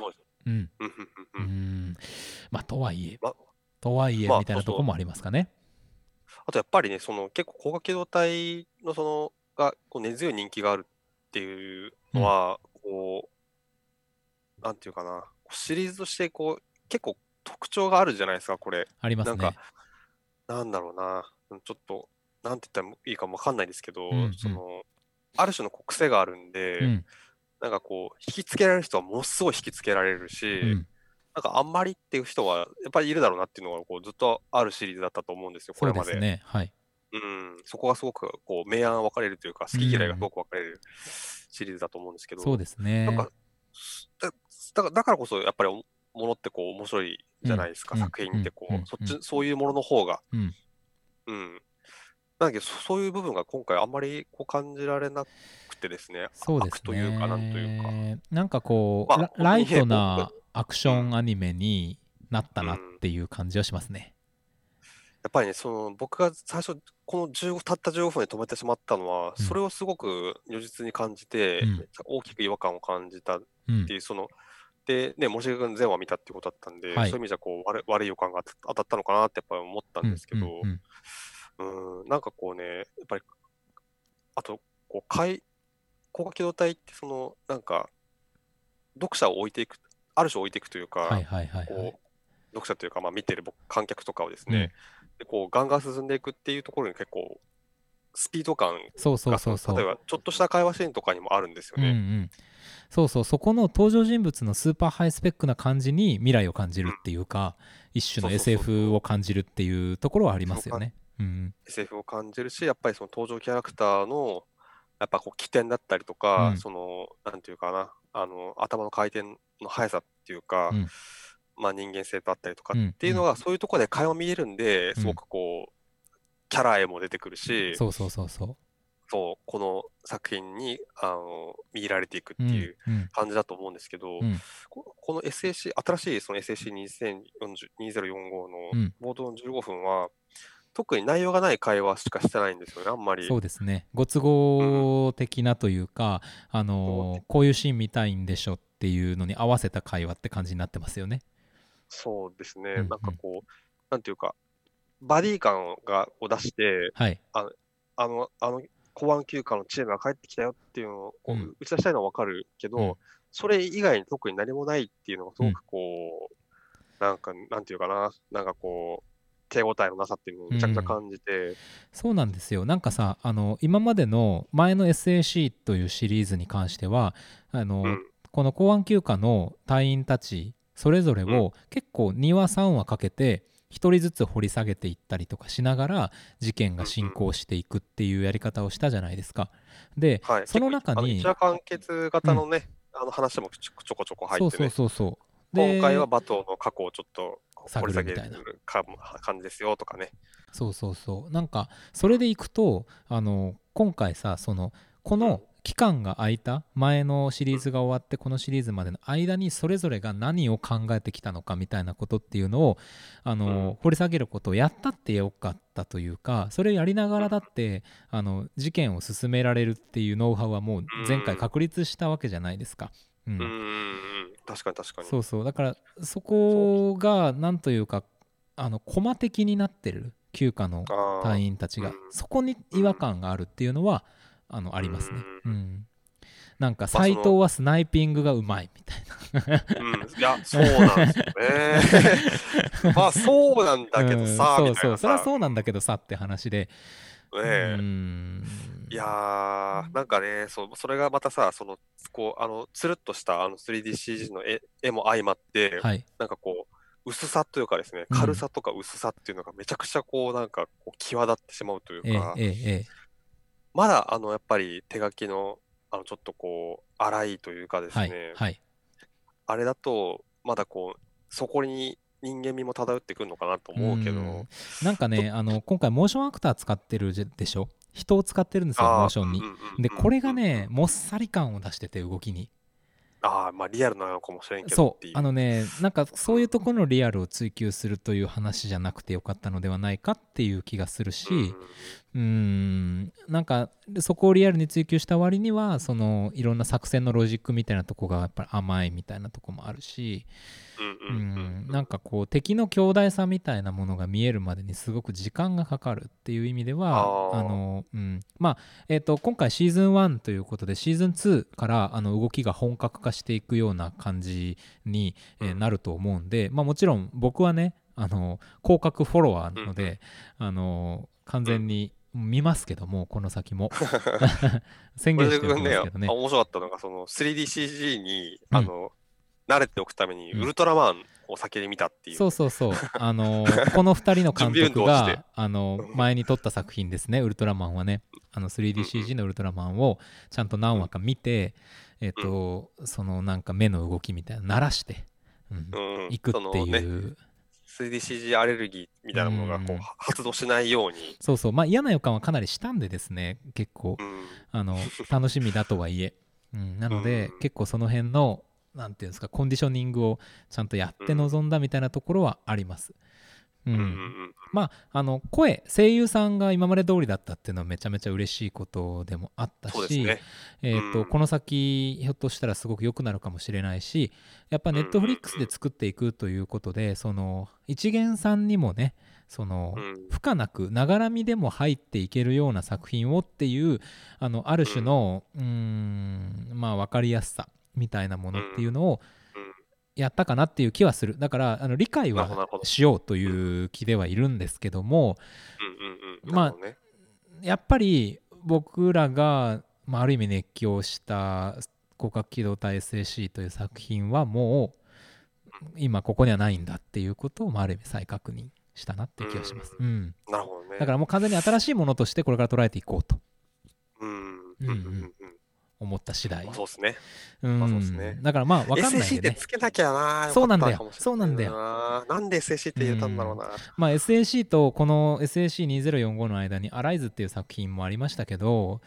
とはいえみたいなところもありますかね。 あとやっぱりね、結構広角機動隊のが根強い人気があるっていうのは、なんていうかな、シリーズとして結構特徴があるじゃないですか、これ。 ありますね。 なんかなんだろうな、ちょっと、なんて言ったらいいかもわかんないですけど、 うんうんある種の癖があるんで、 うんなんかこう、引きつけられる人はものすごい引きつけられるし、 うんなんかあんまりっていう人はやっぱりいるだろうなっていうのがこうずっとあるシリーズだったと思うんですよ、こそうれまで。 ですね。はい。 うん、そこがすごくこう明暗分かれるというか、好うき嫌いがすん、 ごく分かれるシリーズだと思うんですけど、 そうですね。 なんか、だだからこそやっぱりものってこう面白いうんじゃないですか、 うん作品うんってこう、 うんうんそういうものの方が。 うんうん。なんだけど、そういう部分が今回あんまりこう感じられなくてですね、 そうです悪というか、なんというか、 ね。なんかこう、 まあ本当にライト僕が、 なアクショうん、 ンアニメになったなっうん。 ていう感じはしますね。 やっぱりね、僕が最初、このたった15分で止めてしまったのは、 うん、 それをすごく如実に感じて、めうん、 っちゃ大きく違和感を感じたっうん。 ていう、で、ね、森重君全話見たっていうことだったんで、 はい。 そういう意味じゃこう悪い予感が当たったのかなってやっぱり思ったんでうん、うん、うすけど、 ん。 なんかこうね、やっぱり、あと、こう、高架機動隊ってなんか、読者を置いていく、ある種置いていくというか、 はいはいはいはい。 こう、読者というか、まあ見てる観客とかをですね、 うん。 でこうガンガン進んでいくっていうところに結構スピード感そうそうがそうそ例えばちょっとした会話シーンとかにもあるんですよう。うんうね。 ん。そうそう、そこの登場人物のスーパーハイスペックな感じに未来を感じるっうん。 ていうか、一種のそうそうそうそ SF う。 を感じるっていうところはありまそうかすよね。うん SF を感じるし、やっぱりその登場キャラクターの、やっぱこう起点だったりとか、 うん。 なんていうかな、頭の回転の速さっていうか、 うん。 まあ人間性だったりとかっうんうんていうのが、そういうところで垣間見えるんで、すごうん。 くこう、キャラ絵も出てくるし、 そうそうそうそそう、この作品に、見入られていくっう。うんていううん感じだと思うんですけど、 うんこの SAC、新しいその SAC2045 のうん。 冒頭の15分は、特に内容がない会話しかしてないんですよね、あんまり。 そうですね。ご都うん。 合的なというか、 そうこういうシーン見たいんでしょっていうのに合わせた会話って感じになってますよね。 そうですね、なんうんうん。 かこう、なんていうか、バディ感を出して、 はい。 ああの公安休暇のチームが帰ってきたよっていうのをこうん。 う打ち出したいのはわかるけうんど、それ以外に特に何もないっていうのがすうん。 ごくこう、なんか、なんていうかな、なんかこう、手応えのなさっていうのをめちゃくちゃうん。 感じて、 そうなんですよ。なんかさ、今までの前の SAC というシリーズに関しては、あの、 うん、 この公安休暇の隊員たち、それぞれうん、 を結構2話3話かけて、一人ずつ掘り下げていったりとかしながら事件うん、 が進うん。 行していくっていうやり方をしたじゃないですか。で、 はい。 その結構、一中に、 話完結うん、 型のね、話もちょこちょこ入そうそうってね、 そうそう。 今回はで、 バトの過去をちょっと掘探り下げるるみたいな。 感じですよとかね。 そうそうそう。なんか、それでいくと、今回さ、こうん、 の期間が空いた前のシリうん、 ーズが終わってこのシリーズまでの間にそれぞれが何を考えてきたのかみたいなことっていうのをうん、うん、 掘り下げることをやったってよかったというか、それをやりながらだって事件を進められるっていうノウハウはもう前回確立したわけじゃないですか。ううん、 ん、 うん、確かに確かに。 そうそう。だからそそう、 こがなんというかコマ的になってる休暇のああ、 隊員たちうん、 がそこに違和うん、 感があるっていうのはあうりますね。うん。 ん。なんかまあ、 斎藤はスナイピングがうまいみたいうん、いや、そうなんですよね。まあ、そうなんな。 だけどうん、 さ、みそうそう。そりゃたいなさ、 そうなんだけどさって話で。 ねうーえ。いやん。 なんかね、それがまたさ、つるっとした3DCG の絵も相まって、 はい。 なんかこう、薄さというかですね、 うん。 軽さとか薄さっていうのがめちゃくちゃこう、なんかこう、際立ってしまうというええ、 か、 ええ、ええ。 まだ、やっぱり手書きの、ちょっとこう、荒いというかですはい、 ね、 はい。 あれだと、まだこう、そこに人間味も漂ってくるのかなとうー思うけど、 ん。なんかちょっね、今回モーションアクター使ってるでしょ。人を使ってるんですよ、モーああ、 ションに。 うんうんで、 うんこれうんうんうん。 がね、もっさり感を出してて、動きに。 ああ、まあリアルなのかもしれんけどっそう、 ていう。 なんかそういううんところのリアルを追求するという話じゃなくてよかったのではないかっていう気がするうんし、なんかそこをリアルに追求した割には、いろんな作戦のロジックみたいなとこがやっぱり甘いみたいなとこもあるし、 うんうんうんうん。 なんかこう敵の強大さみたいなものが見えるまでにすごく時間がかかるっていう意味であはあ、 まあ今回シーズン1ということでシーズン2から動きが本格化していくような感じに、 うんなると思うんで、まあ、もちろん僕はね広角フォロワーなのうん。 で、完うん。 全に見ますけども、この先も宣これ言しておきでね、 ますけどね。 面白かったのが、その 3DCG に、 うん、 慣れておくために、 うん。 ウルトラマンを先に見たっていうそうね。 そうそう。この2人の監準備運動をして。 督が、 うん。 前に撮った作品ですね、ウルトラマンはね。 うん。 3DCG のウルトラマンをちゃんと何うん。 話か見て、 うん。 そのなんか目の動きみたいなの慣らして、 うん。 いくってそのね、 いう、 3DCG アレルギーみうたいなものがこうん、 発動しないように。 そうそう、まあ嫌な予感はかなりしたんでですね、結構、 うん。 楽しみだとはいえ。なうので、 ん。 結構その辺の、なんていうんですか、コンディショニングをちゃんとやってうん。 臨んだみたいなところはあります。ううん。うん。 ん。 まあ、声優さんが今まで通りだったっていうのはめちゃめちゃ嬉しいことでもあったし、 そうですね。うん。 この先、ひょっとしたらすごく良くなるかもしれないし、やっぱうん。うネットフリックスでん。 作っていくということで、一元さんにもね、 うん。 負荷なく、ながらみでも入っていけるような作品をっていう、あるうん。 種の、まあ、分かりやすさみたいなものっていううん。 のを、 うん。 やったかなっていう気はする。だから理解はなるほど、なるほど。 しようとうん。 いう気ではいるんですけども、 うん。うん。うん。なるほまあどね。 やっぱり僕らが、まあ、ある意味熱狂した広角機動隊 SAC という作品はもう今ここにはないんだっていうことを、まあ、ある意味再確認したなってういう気がします。 なるほどね。 だからもう完全に新しいものとしてこれから捉えていこうと、 うん。うん。 うんうん、 うん。うん。 思った次まあ、 第。 そうですね。まあ、そうですね。 だからまあ分かんないん SAC ってでね。 つけなきゃな、よかったそうなんだよ。 かもしれないそうなんだよ。 な。なんで SAC って入れたんだろうな。 まあ SAC とこの SAC2045 の間にアライズっていう作品もありましたけど、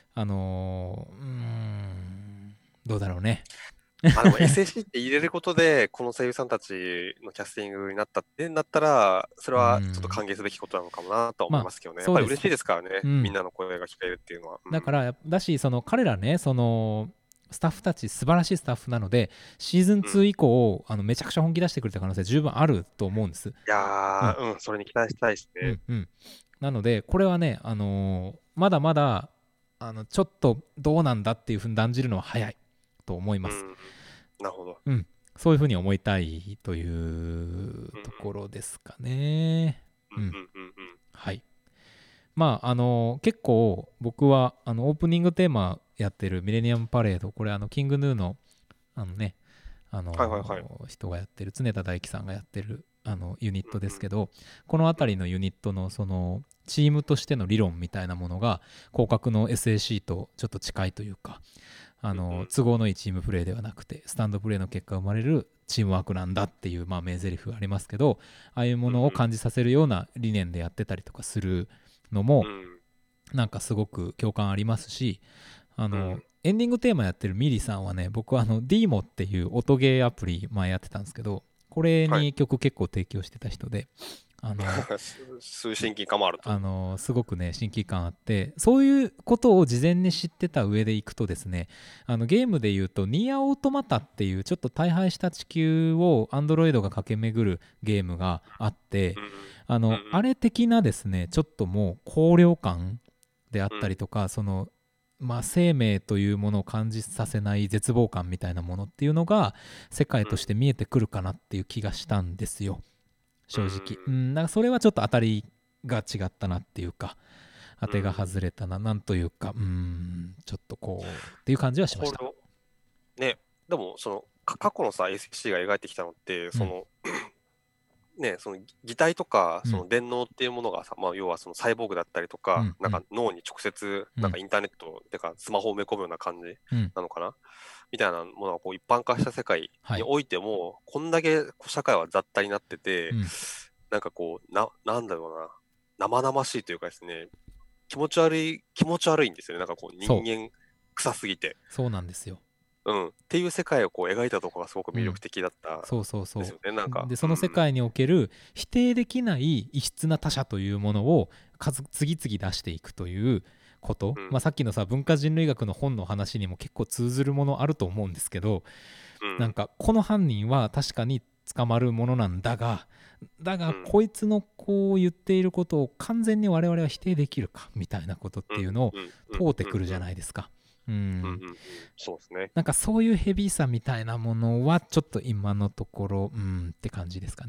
どうだろうね。 でも SAC って入れることで、この声優さんたちのキャスティングになったってんだったら、それうはちょっとん。 歓迎すべきことなのかもなとはまあ、 思いますけどね。やっそうです。 ぱり嬉しいですからね。みんうん。 なの声が聞けるっていうのは。うん。 だから、だし、彼らね、スタッフたち、素晴らしいスタッフなので、シーズン2 うん。 以降、めちゃくちゃ本気出してくれた可能性十分あると思うんです。 いやうん。 ー、うん、それに期待したいですね。 うん。うん。なので、これはね、まだまだ、ちょっとどうなんだっていうふうに断じるのは早いと思います。 うん。なるほど。 うん。そういうふうに思いたいといううん。 ところですかね。 うん。 うん。 うん。うん。うん。 はい。まあ、結構僕はオープニングテーマやってるミレニアムパレード、これキングヌーのね、 はいはいはい。 人がやってる、常田大樹さんがやってるユニットでうん。 すけど、このうん。 辺りのユニットのチームとしての理論みたいなものが広角の SAC とちょっと近いというか、 うん。 都合のいいチームプレーではなくてスタンドプレーの結果生まれるチームワークなんだっていう、まあ、名台詞がありますけど、ああいうもうん。 のを感じさせるような理念でやってたりとかするのもうん。 なんかすごく共感ありますし、 うん。 エンディングテーマやってるミリさんはね、僕はDMO っていう音ゲーアプリ前やってたんですけど、これはい。 に曲結構提供してた人で、あの数親近感もあると。 すごくね親近感あって、そういうことを事前に知ってた上でいくとですね、ゲームで言うとニーアオートマタっていうちょっと大敗した地球をアンドロイドが駆け巡るゲームがあって、 うん。うん。 あれ的なですね、ちょっともう高揚感であっうん。 たりとか、まあ、生命というものを感じさせない絶望感みたいなものっていうのが世界うん。 として見えてくるかなっていう気がしたんですよ、 う正直。 ん。 なんかそれはちょっと当たりが違ったなっていうか、当うん。 てが外れたな、なんというか、ちょっとこうっていう感じはしました。 これを、ね、でも、過去のさ、SC が描いてきたのって、 うんね、その擬態とか、 うん電脳っていうものがさ、まあ、要はそのサイボーグだったりとか、なんかうんうん脳に直接、 うんなんかインターネットてかスマホを埋め込むような感じうんなのかなみたいなものがこう一般化した世界はい。 においても、こんだけ社会は雑多になってて、 うんなんかこう、なんだろうな、生々しいというかですね、気持ち悪いんですよね。なんかこう、人そう間臭すぎて。 そうなんですよ。 うん。っていう世界をこう描いたところがすごく魅うん力的だったそうそうそですよね。なんか、 う。で、そうん。 の世界における否定できない異質な他者というものを次々出していくということ、 うん。 まあ、さっきのさ文化人類学の本の話にも結構通ずるものあると思うんですけど、 うん。 なんかこの犯人は確かに捕まるものなんだが、 うん。 こいつのこう言っていることを完全に我々は否定できるかみたいなことっうん。 ていうのをうん。うん。うん。 問うてくるじうん。 ゃないですか。 うん。うん。そうですね。 なんかそういうヘビーさみたいなものはちょっと今のところって感じですかね。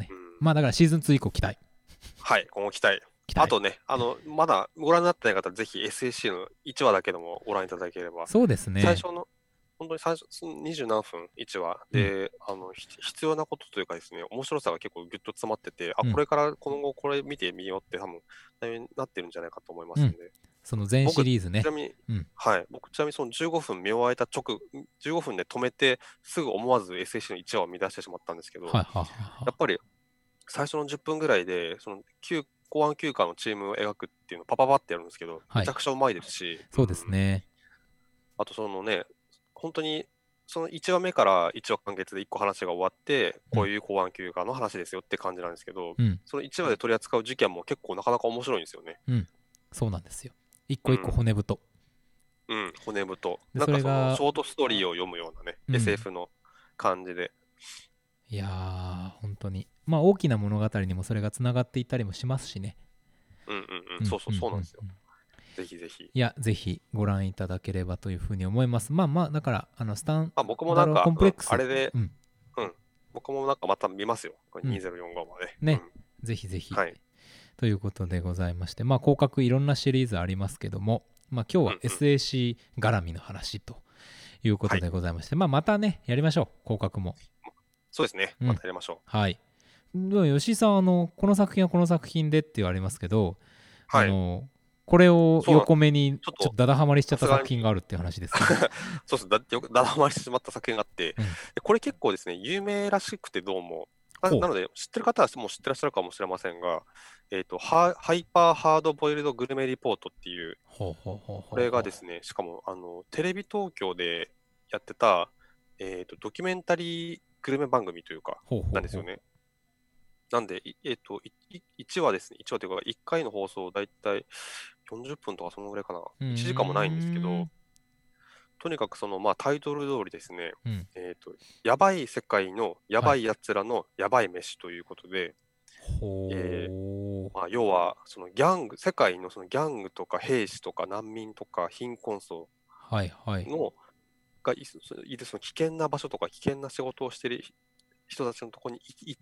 まあだからシーズン2以降期待。 はい、今後期待。 期待。 あとね、まだご覧になってない方、ぜひ SAC の1話だけでもご覧いただければ、 そうですね。 最初の、本当に最初、20何分、1話うんで、必要なことというかですね、面白さが結構ギュッと詰まってて、 うんこれから今後これ見てみようって多分、なってるんじゃないかと思いまうんすんで。 その全シ僕、 リーズね。 ちなみに、 うんはい、僕ちなみにその15分見終えた15分で止めて、すぐ思わず SAC の1話を見出してしまったんですけど、 はいはいはいはやっぱり最初の10分ぐらいで、その公安休暇のチームを描くっていうのをパパパってやるんですけど、 はいめちゃくちゃうまいですし、 そうですね。 あとそのね、本当にその1話目から1話完結で1個話が終わって、こういう公安休暇の話ですよって感じなんですけど、 うんその1話で取り扱う事件も結構なかなか面白いんですよね。 うんそうなんですよ。一個一個骨太。 うん、骨太。 でなんかそのそれがショートストーリーを読むようなね、 うん SF の感じで。 いやー本当にまあ大きな物語にもそれがつながっていったりもしますしね。 そうそう、そうなんですよ。ぜひぜひ。 いやぜひご覧いただければというふうに思います。まあまあだからスタン僕もなんか、 ダローンコンプレックス、 あれで、 うん僕もなんかまた見ますよ。これ2045まで。 ね、ぜひぜひ、 はい。 ということでございまして、まあ広角いろんなシリーズありますけども、まあ今日は SAC 絡みの話ということでございまして、まあまたねやりましょう、広角も。 そうですね。またやりましょう。 はい。では吉井さんこの作品はこの作品でって言われますけど、 はい。 これを横目にちょっとちょっとダダハマりしちゃった作品があるっていう話ですね。 そうです。よくだだまりしてしまった作品があって、 うんでこれ結構ですね、有名らしくてどうも、なほうなので知ってる方はもう知ってらっしゃるかもしれませんが、ハイパーハードボイルドグルメリポートっていう、 ほうほうほうほうほうこれがですね、しかもテレビ東京でやってた、ドキュメンタリーグルメ番組というか、 ほうほうほうなんですよね。なんで、1話ですね、1話というか、1回の放送、だいたい40分とかそのぐらいかな。1時間もないんですけど、とにかくタイトル通りですね、 うんやばい世界のやばいやつらのやばい飯ということで、 ほう要は、世界のそのギャングとか兵士とか難民とか貧困層はいはいがいるその危険な場所とか危険な仕事をしている人たちのところに行って、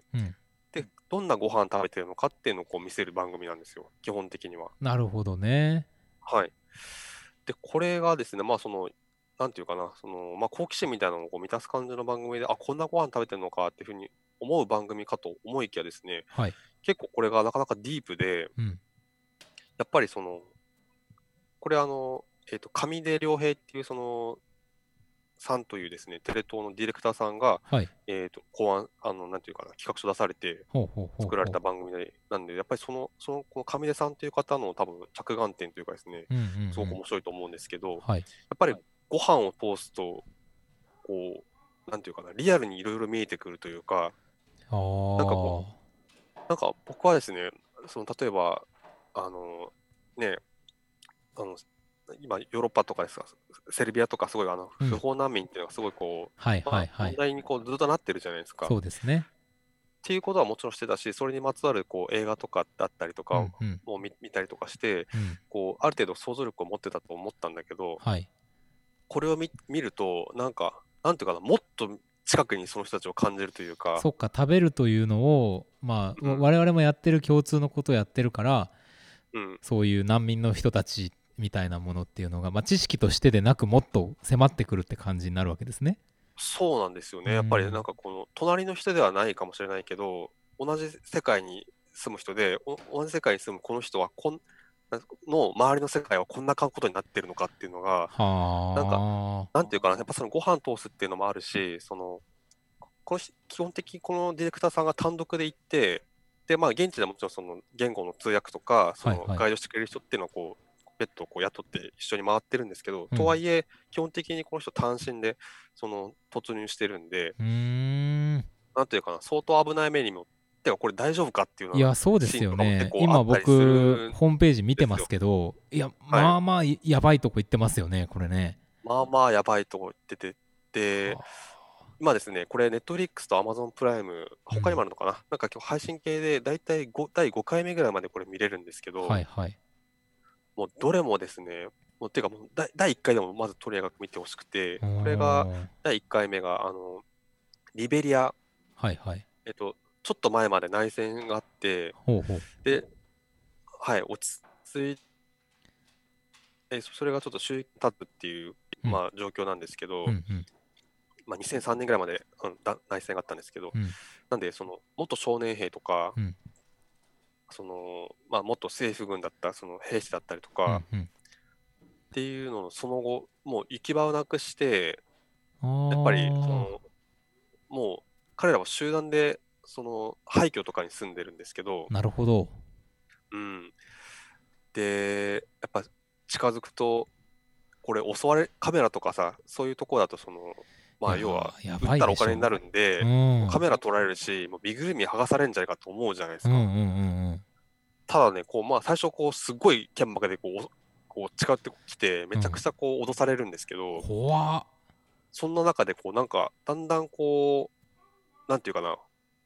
うんで、どんなご飯食べてるのかっていうのをこう見せる番組なんですよ、基本的には。 なるほどね。 はい。で、これがですね、なんていうかな、好奇心みたいなのをこう満たす感じの番組で、こんなご飯食べてるのかっていうふうに思う番組かと思いきやですね、 はい結構これがなかなかディープで、 うんやっぱりこれ上出良平っていうさんというですね、テレ東のディレクターさんが、 はい考案、なんていうかな、企画書出されてほうほうほうほう作られた番組で、なんで、やっぱりこの上出さんという方の多分着眼点というかですね、 うんうんうんすごく面白いと思うんですけど、 はいやっぱりご飯を通すと、こう、なんていうかな、リアルにいろいろ見えてくるというか、 あなんかなんか僕はですね、例えば、ね、あの、今、ヨーロッパとかですか、セルビアとかすごい不法難民っていうのがすごいはいはいはい問題にずっとなってるじゃないですか。 そうですね。 っていうことはもちろんしてたし、それにまつわる映画とかだったりとかうんを見たりとかして、 うんある程度想像力を持ってたと思ったんだけど、 はいこれを見ると、なんていうかな、もっと近くにその人たちを感じるというか、 そっか食べるというのを我々もやってる共通のことをやってるからそういう難民の人たちみたいなものっていうのが、知識としてでなくもっと迫ってくるって感じになるわけですね。 そうなんですよね。やっぱりなんか隣の人ではないかもしれないけど、同じ世界に住む人で、同じ世界に住むこの人はの周りの世界はこんなことになってるのかっていうのが、なんていうかな、やっぱご飯通すっていうのもあるし、基本的にこのディレクターさんが単独で行って、で、現地でもちろん言語の通訳とか、ガイドしてくれる人っていうのは別途雇って一緒に回ってるんですけど、とはいえ、基本的にこの人単身で突入してるんで、なんていうかな、相当危ない目にも、てかこれ大丈夫かっていうのいやそうですよね。今僕ホームページ見てますけど、いやまあまあやばいとこ行ってますよねこれね。 まあまあやばいとこ行ってて、で、今ですね、これ、ネットフリックスとアマゾンプライム、他にもあるのかな、なんか今日配信系で、だいたい第5回目ぐらいまでこれ見れるんですけど、 はいはい、 もうどれもですね、ていうかもう第1回でもまずとにかく見てほしくて、これが第1回目が、リベリア、 はいはい、 ちょっと前まで内戦があって、 ほうほう。 で、はい、落ち着いて、それがちょっと周期経つっていう、 うん。 まあ、状況なんですけど、 うんうん。 まあ、2003年ぐらいまで、内戦があったんですけど、 うん。 なんで、その元少年兵とか、 うん。 まあ、元政府軍だったその兵士だったりとかうんうん。 っていうののその後、もう行き場をなくして、 あやっぱりあ。 もう彼らは集団で廃墟とかに住んでるんですけど、 なるほど。 うん、で、やっぱ近づくと、これカメラとかさ、そういうとこだといやまあ要は、 ー、やばい撃ったらでしょ。 お金になるんで、 うん。うもうカんメラ撮られるし、もう身ぐるみ剥がされるんじゃないかと思うじゃないですか。 うんうんうん。 ただね、まあ最初すっごい剣幕で近寄ってきて、めうん。 ちゃくちゃ脅されるんですけど、 怖っ。 そんな中でなんか、だんだんなんていうかな、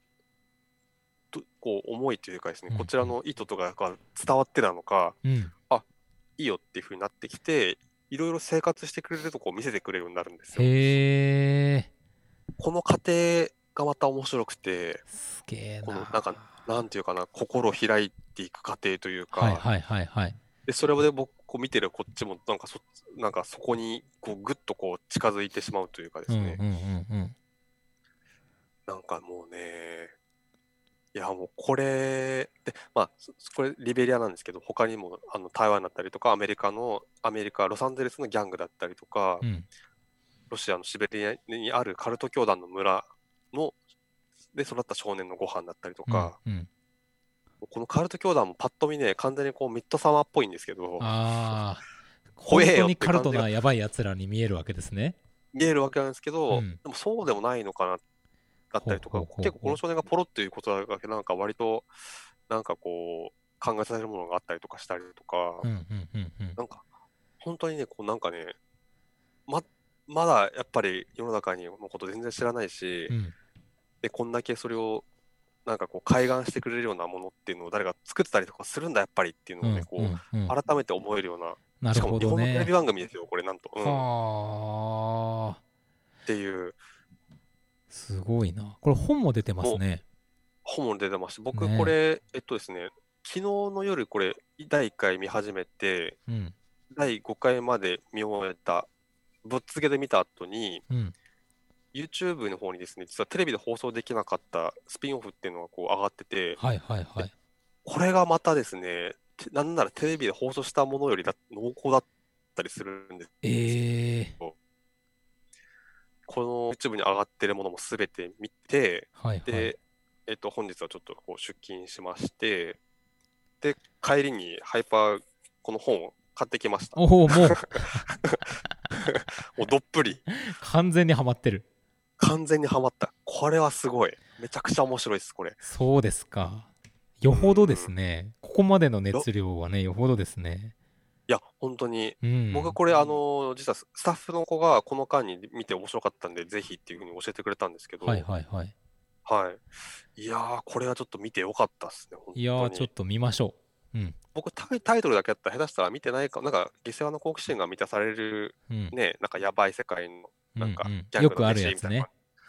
思いというかですね、こちらうんうん。 の意図とかが伝わってなのか、 うん。 あ、いいよっていう風になってきて、いろいろ生活してくれるとこを見せてくれるようになるんですよ。 へえ。 この過程がまた面白くて、 すげえなんか、 な。 なんていうかな、心を開いていく過程というか、 はいはいはいはい。 で、それで僕、見てるこっちも、なんかそこに、ぐっと近づいてしまうというかですね、 うんうんうんうん。 なんかもうね、いや、もうこれ、で、まあ、これリベリアなんですけど、他にも台湾だったりとか、アメリカ、ロサンゼルスのギャングだったりとか、 うん。 ロシアのシベリアにあるカルト教団の村ので育った少年のご飯だったりとうんか、 うん。 このカルト教団もパッと見ね、完全にミッドサマーっぽいんですけど、 ああ。本当怖えよっにカルトていう感じがなやばい奴らに見えるわけですね。 見えるわけなんですけど、 うん。 でもそうでもないのかな、だったりとか、 ほうほうほう結構こほう。 の少年がポロっていうことが、なんか割と、なんか考えさせるものがあったりとかしたりとか、 うんうんうんうん。 なんか、本当にね、なんかね、ま、まだやっぱり世の中のこと全然知らないし、 うん。 で、こんだけそれをなんか開眼してくれるようなものっていうのを誰が作ってたりとかするんだ、やっぱりっていうのをね、 うんうんうん。 改めて思えるような、しかもなるほ日本のテレビどね。 番組ですよ、これなんと。うん。っはあ。 ていう、 すごいな。これ本も出てますもうね。 本も出てまして、僕こねれ、ですね、昨日の夜これ、第1回見始めて、 え。うん。 第5回まで見終えた、ぶっつけで見た後に、 うん。 YouTube の方にですね、実はテレビで放送できなかったスピンオフっていうのが上がってて、 はいはいはで、 い。 これがまたですね、なんならテレビで放送したものより濃厚だったりするんですええ。 よ。この YouTube に上がってるものもすべて見て、 はいはい。 で、本日はちょっと出勤しまして、で、帰りにこの本を買ってきました。 おお、もうもうどっぷり、 完全にはまってる。 完全にハマった。これはすごい。めちゃくちゃ面白いです、これ。 そうですか。 うよほどでーん。 すね。ここまでのよ熱量はね、よほどですね。 いや、本当に、 うん。 僕これ、実はスタッフの子がこの間に見て面白かったんで、ぜひっていうふうに教えてくれたんですけはいど、 はいはい。 はい。いやー、これはちょっと見てよかったですね、本いやー、ちょっ当に。 と見ましょう。うん。 僕、タイトルだけだったら下手したら見てないか、なんか、下世話の好奇心が満たされる、 うん。 ね、なんかやばい世界の、 うんうなんか、 ん。 ギャングのよくある飯みたいな。 やつね。うん。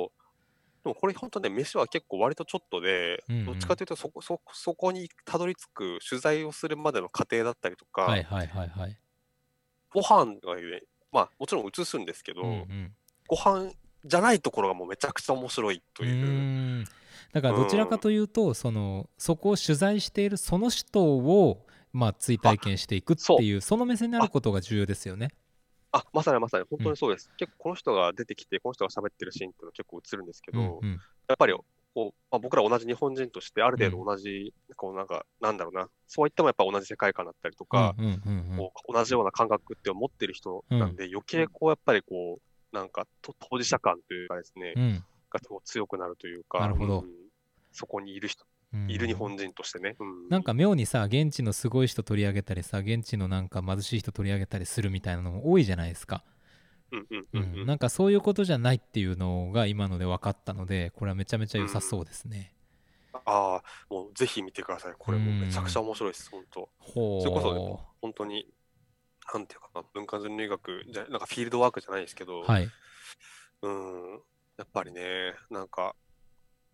そう。でもこれ本当ね、飯は結構割とちょっとで、 うんうん。 どっちかというとそこにたどり着く取材をするまでの過程だったりとか、 はいはいはいはい。 ご飯がね、まあもちろん映すんですけうんうど、 ん。 ご飯じゃないところがもうめちゃくちゃ面白いうという、 ーん。だからうどちらかん。 というと、そこを取材しているその人を、まあ、追あ、 体験していくってそう。 いう、その目線になるあ、 ことが重要ですよね。 まさにまさに、本うん。 当にそうです。結構この人が出てきて、この人が喋ってるシーンっていうのは結構映るんですけど、 うんうん。 やっぱり僕ら同じ日本人として、ある程度うん。 同じ、なんか、なんだろうな、そういってもやっぱ同じ世界観だったりとか、 うんうんうん同じような感覚って持ってる人うん。うん。 なんで、余計やっぱりなんか当事者感というかですね、 うん。 が強くなるというか、うん、 なるほど。 そこにういる日ん。 本人としてね、うん、 なんか妙にさ、現地のすごい人取り上げたりさ、現地のなんか貧しい人取り上げたりするみたいなのも多いじゃないですか。 うんうんうん。 うんうん。 なんかそういうことじゃないっていうのが今ので分かったので、これはめちゃめちゃ良さうんそうですね。 もうぜひ見てください。 うこれもうめちゃくちゃん。 面白いです、本当。それこそ、 ほう。 本当に、なんていうかな、文化人類学なんかフィールドワークじゃないですけど、 はい。 うん、やっぱりね、なんか、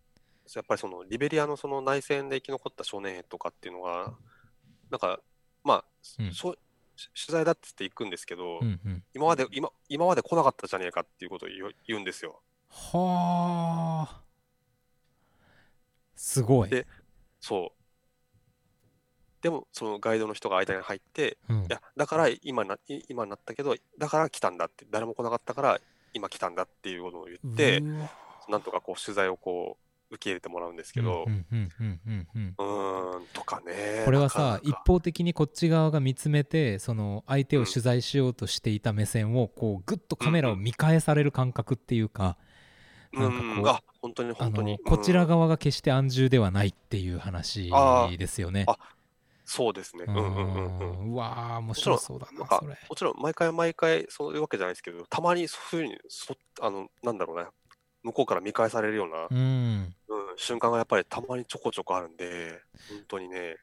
やっぱりそのリベリアのその内戦で生き残った少年兵とかっていうのが、なんか、まあ、 うん取材だっつって行くんですけど、 うんうん。 今まで来なかったじゃねえかっていうことを言うんですよ。 はあ、すごい。 で、そう。でも、そのガイドの人が間に入って、 うんいや、だから今になったけど、だから来たんだって、誰も来なかったから今来たんだっていうことを言って、 うわ。 なんとかこう取材をこう受け入れてもらうんですうんうけど、 んうんうんうんうん。 とかね、 これはなかなさ、一か。 方的にこっち側が見つめて、その相手を取材しようとしていた目線をこうグッとカメラを見返される感覚っていうか、なんかこう、 本当に本当に。 こちら側が決して安住ではないっていう話ですよね。 あ、そうですね。 うわー、面もちろん、 白そうだな、 なんか、 それ。 もちろん毎回そういうわけじゃないですけど、たまにそういうふうになんだろうな、向こうから見返されるような、 うん。 瞬間がやっぱりたまにちょこちょこあるんで、本当にね、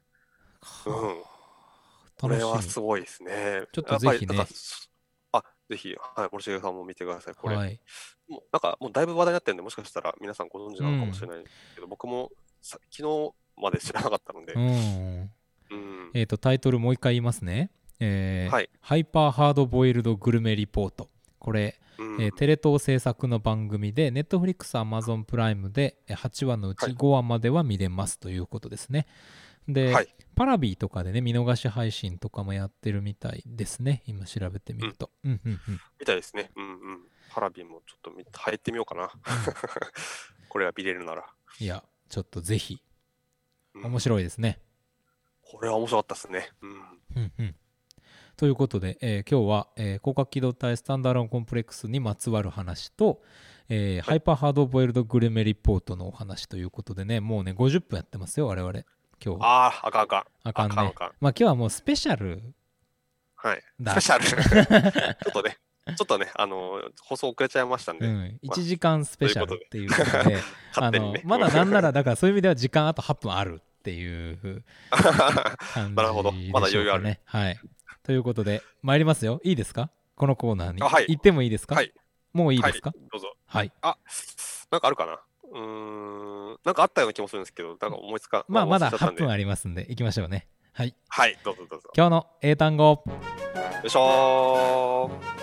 これはすごいですね。 ちょっとぜひね。 やっぱりぜひ、はい、森重さんも見てください、これ。 はい。 もうだいぶ話題になってるんで、もしかしたら皆さんご存知なのかもしれないけど、僕も昨日まで知らなかったので。 タイトルもう一回言いますね。 はい。 ハイパーハードボイルドグルメリポート。これ、テレ東制作の番組で、ネットフリックス、アマゾンプライムで8話のうち5話までは見れますということですね。で、パラビーとかでね、見逃し配信とかもやってるみたいですね。今調べてみると。みたいですね。パラビーもちょっと入ってみようかな。これは見れるなら。 いや、ちょっとぜひ。面白いですね。 これは面白かったですね。 ということで、今日は、広角機動隊スタンダーロンコンプレックスにまつわる話と、ハイパーハードボイルドグルメリポートのお話ということでね、もうね、50分やってますよ、我々。今日。 あかんね。 まあ今日はもうスペシャル。 はい。スペシャル。ちょっとね、放送遅れちゃいましたんで。 1時間スペシャルっていうことで、まだなんなら、だからそういう意味では時間あと8分あるっていう感じでしょうかね。 なるほど。まだ余裕ある。 はい。ということで、参りますよ。いいですか？このコーナーに。行ってもいいですか？もういいですか？ どうぞ。 はい。 なんかあるかな？なんかあったような気もするんですけど、なんか思いつか。 まだ8分ありますんで、行きましょうね。はい。 はい、どうぞ。 今日の英単語。 よいしょー。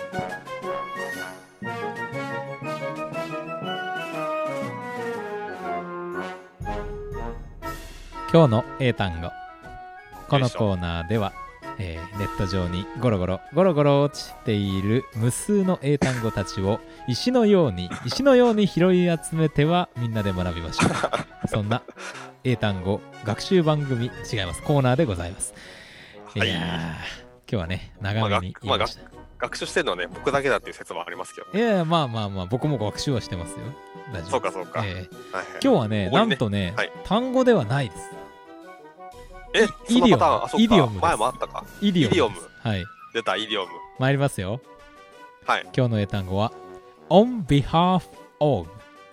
今日の英単語。このコーナーでは、ネット上にゴロゴロ落ちている無数の英単語たちを石のように拾い集めてはみんなで学びましょう。そんな英単語学習番組、違います、コーナーでございます。いや今日はね、長めに言いました。 学習してるのはね、僕だけだっていう説もありますけど、 ね。いや、まあ、僕も学習はしてますよ。 大丈夫。そうか。 今日はね、なんとね、単語ではないです。 イディオム。前もあったか。 イディオム。はい。 出た、イディオム。 参りますよ。 はい。 今日の英単語は、on behalf of。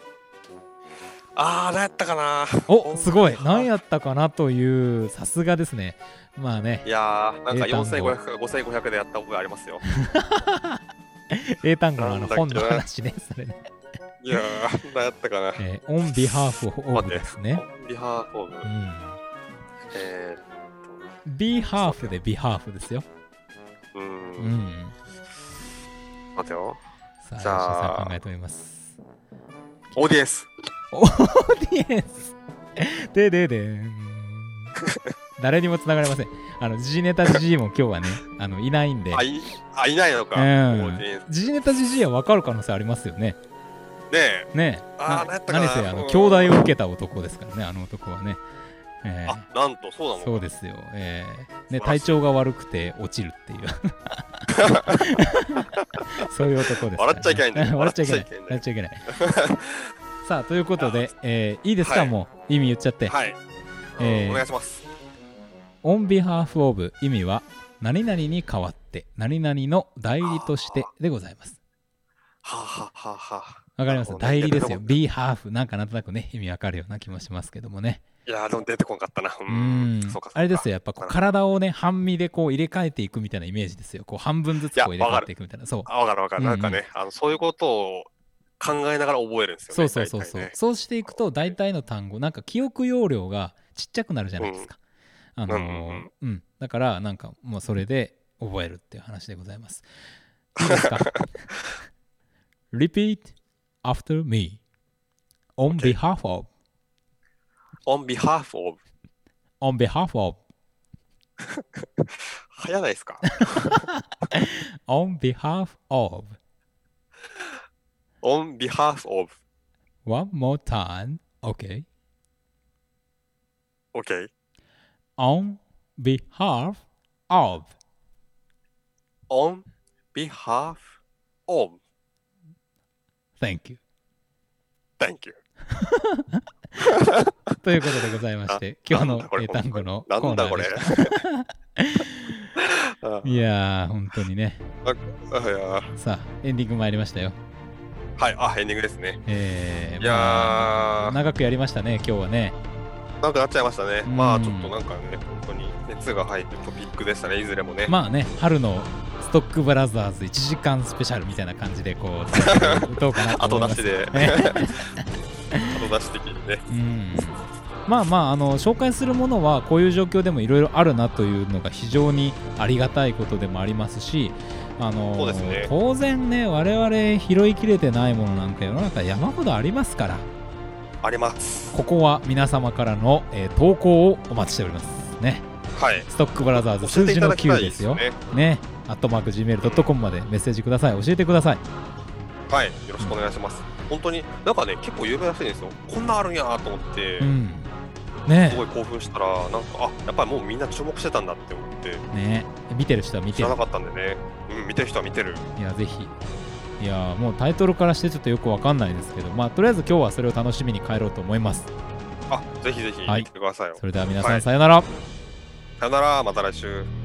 何やったかな。 お、すごい。何やったかなという、さすがですね。まあね。 いやー、なんか4500か5500でやった覚えありますよ。 英単語の本の話ね、それね。 いやー、何やったかな。 on behalf of ですね。 on behalf of。 behalf で behalf ですよ。 待てよ。 さあ、吉田さん考えております。 オーディエンス。 で誰にもつながれません。時事ネタじじいも今日はね、いないんで。 いないのか。 時事ネタじじいは分かる可能性ありますよね。 ねえ。 何せ、兄弟を受けた男ですからね、あの男はね。 なんとそうなの。 そうですよ。体調が悪くて落ちるっていう。そういう男です。 笑っちゃいけない。 笑っちゃいけない。さあ、ということで、いいですか、もう意味言っちゃって。 はい。お願いします。 on behalf of 意味は何々に代わって何々の代理としてでございます。わかります。代理ですよ。behalf なんとなくね、意味わかるような気もしますけどもね。 いやー、でも出てこなかったな。 あれですよ、やっぱ体をね、半身でこう入れ替えていくみたいなイメージですよ。こう半分ずつこう入れ替えていくみたいな。そう。 わかる。なんかね、そういうことを考えながら覚えるんですよね。 そうそうそう、 ね、 そうしていくと大体の単語なんか記憶容量がちっちゃくなるじゃないですか、だからなんかもうそれで覚えるっていう話でございます。いいですかRepeat after me on behalf of on behalf of on behalf of 早ないですか on behalf of on behalf of one more time okay okay on behalf of on behalf of thank you thank you ということでございまして、今日の英単語のコーナーでした。いやー、本当にね。さあ、エンディング参りましたよ。 はい、エンディングですね。 いやー、長くやりましたね、今日はね。 長くなっちゃいましたね。まあ、ちょっとなんかね、本当に熱が入ってトピックでしたね、いずれもね。 まあね、春のストックブラザーズ1時間スペシャルみたいな感じで、こう、どうかなと思います。 後出しで。後出し的にね。 まあ紹介するものはこういう状況でもいろいろあるなというのが非常にありがたいことでもありますし、 そうですね、 当然ね、我々拾いきれてないものなんか世の中山ほどありますから。 あります。 ここは皆様からの、投稿をお待ちしておりますね。 はい。 ストックブラザーズ数字の9ですよ。ね。@gmail.com までメッセージください。教えてください。 はい。よろしくお願いします。本当になんかね、結構有名らしいんですよ。こんなあるんやと思って、すごい興奮したら、なんかやっぱりもうみんな注目してたんだって思ってね。見てる人は見てる。 知らなかったんでね。見てる人は見てる。 いや、ぜひ。いや、もうタイトルからしてちょっとよくわかんないですけど、まあとりあえず今日はそれを楽しみに帰ろうと思います。 ぜひぜひ見てくださいよ。 それでは皆さん、さよなら。 さよなら、また来週。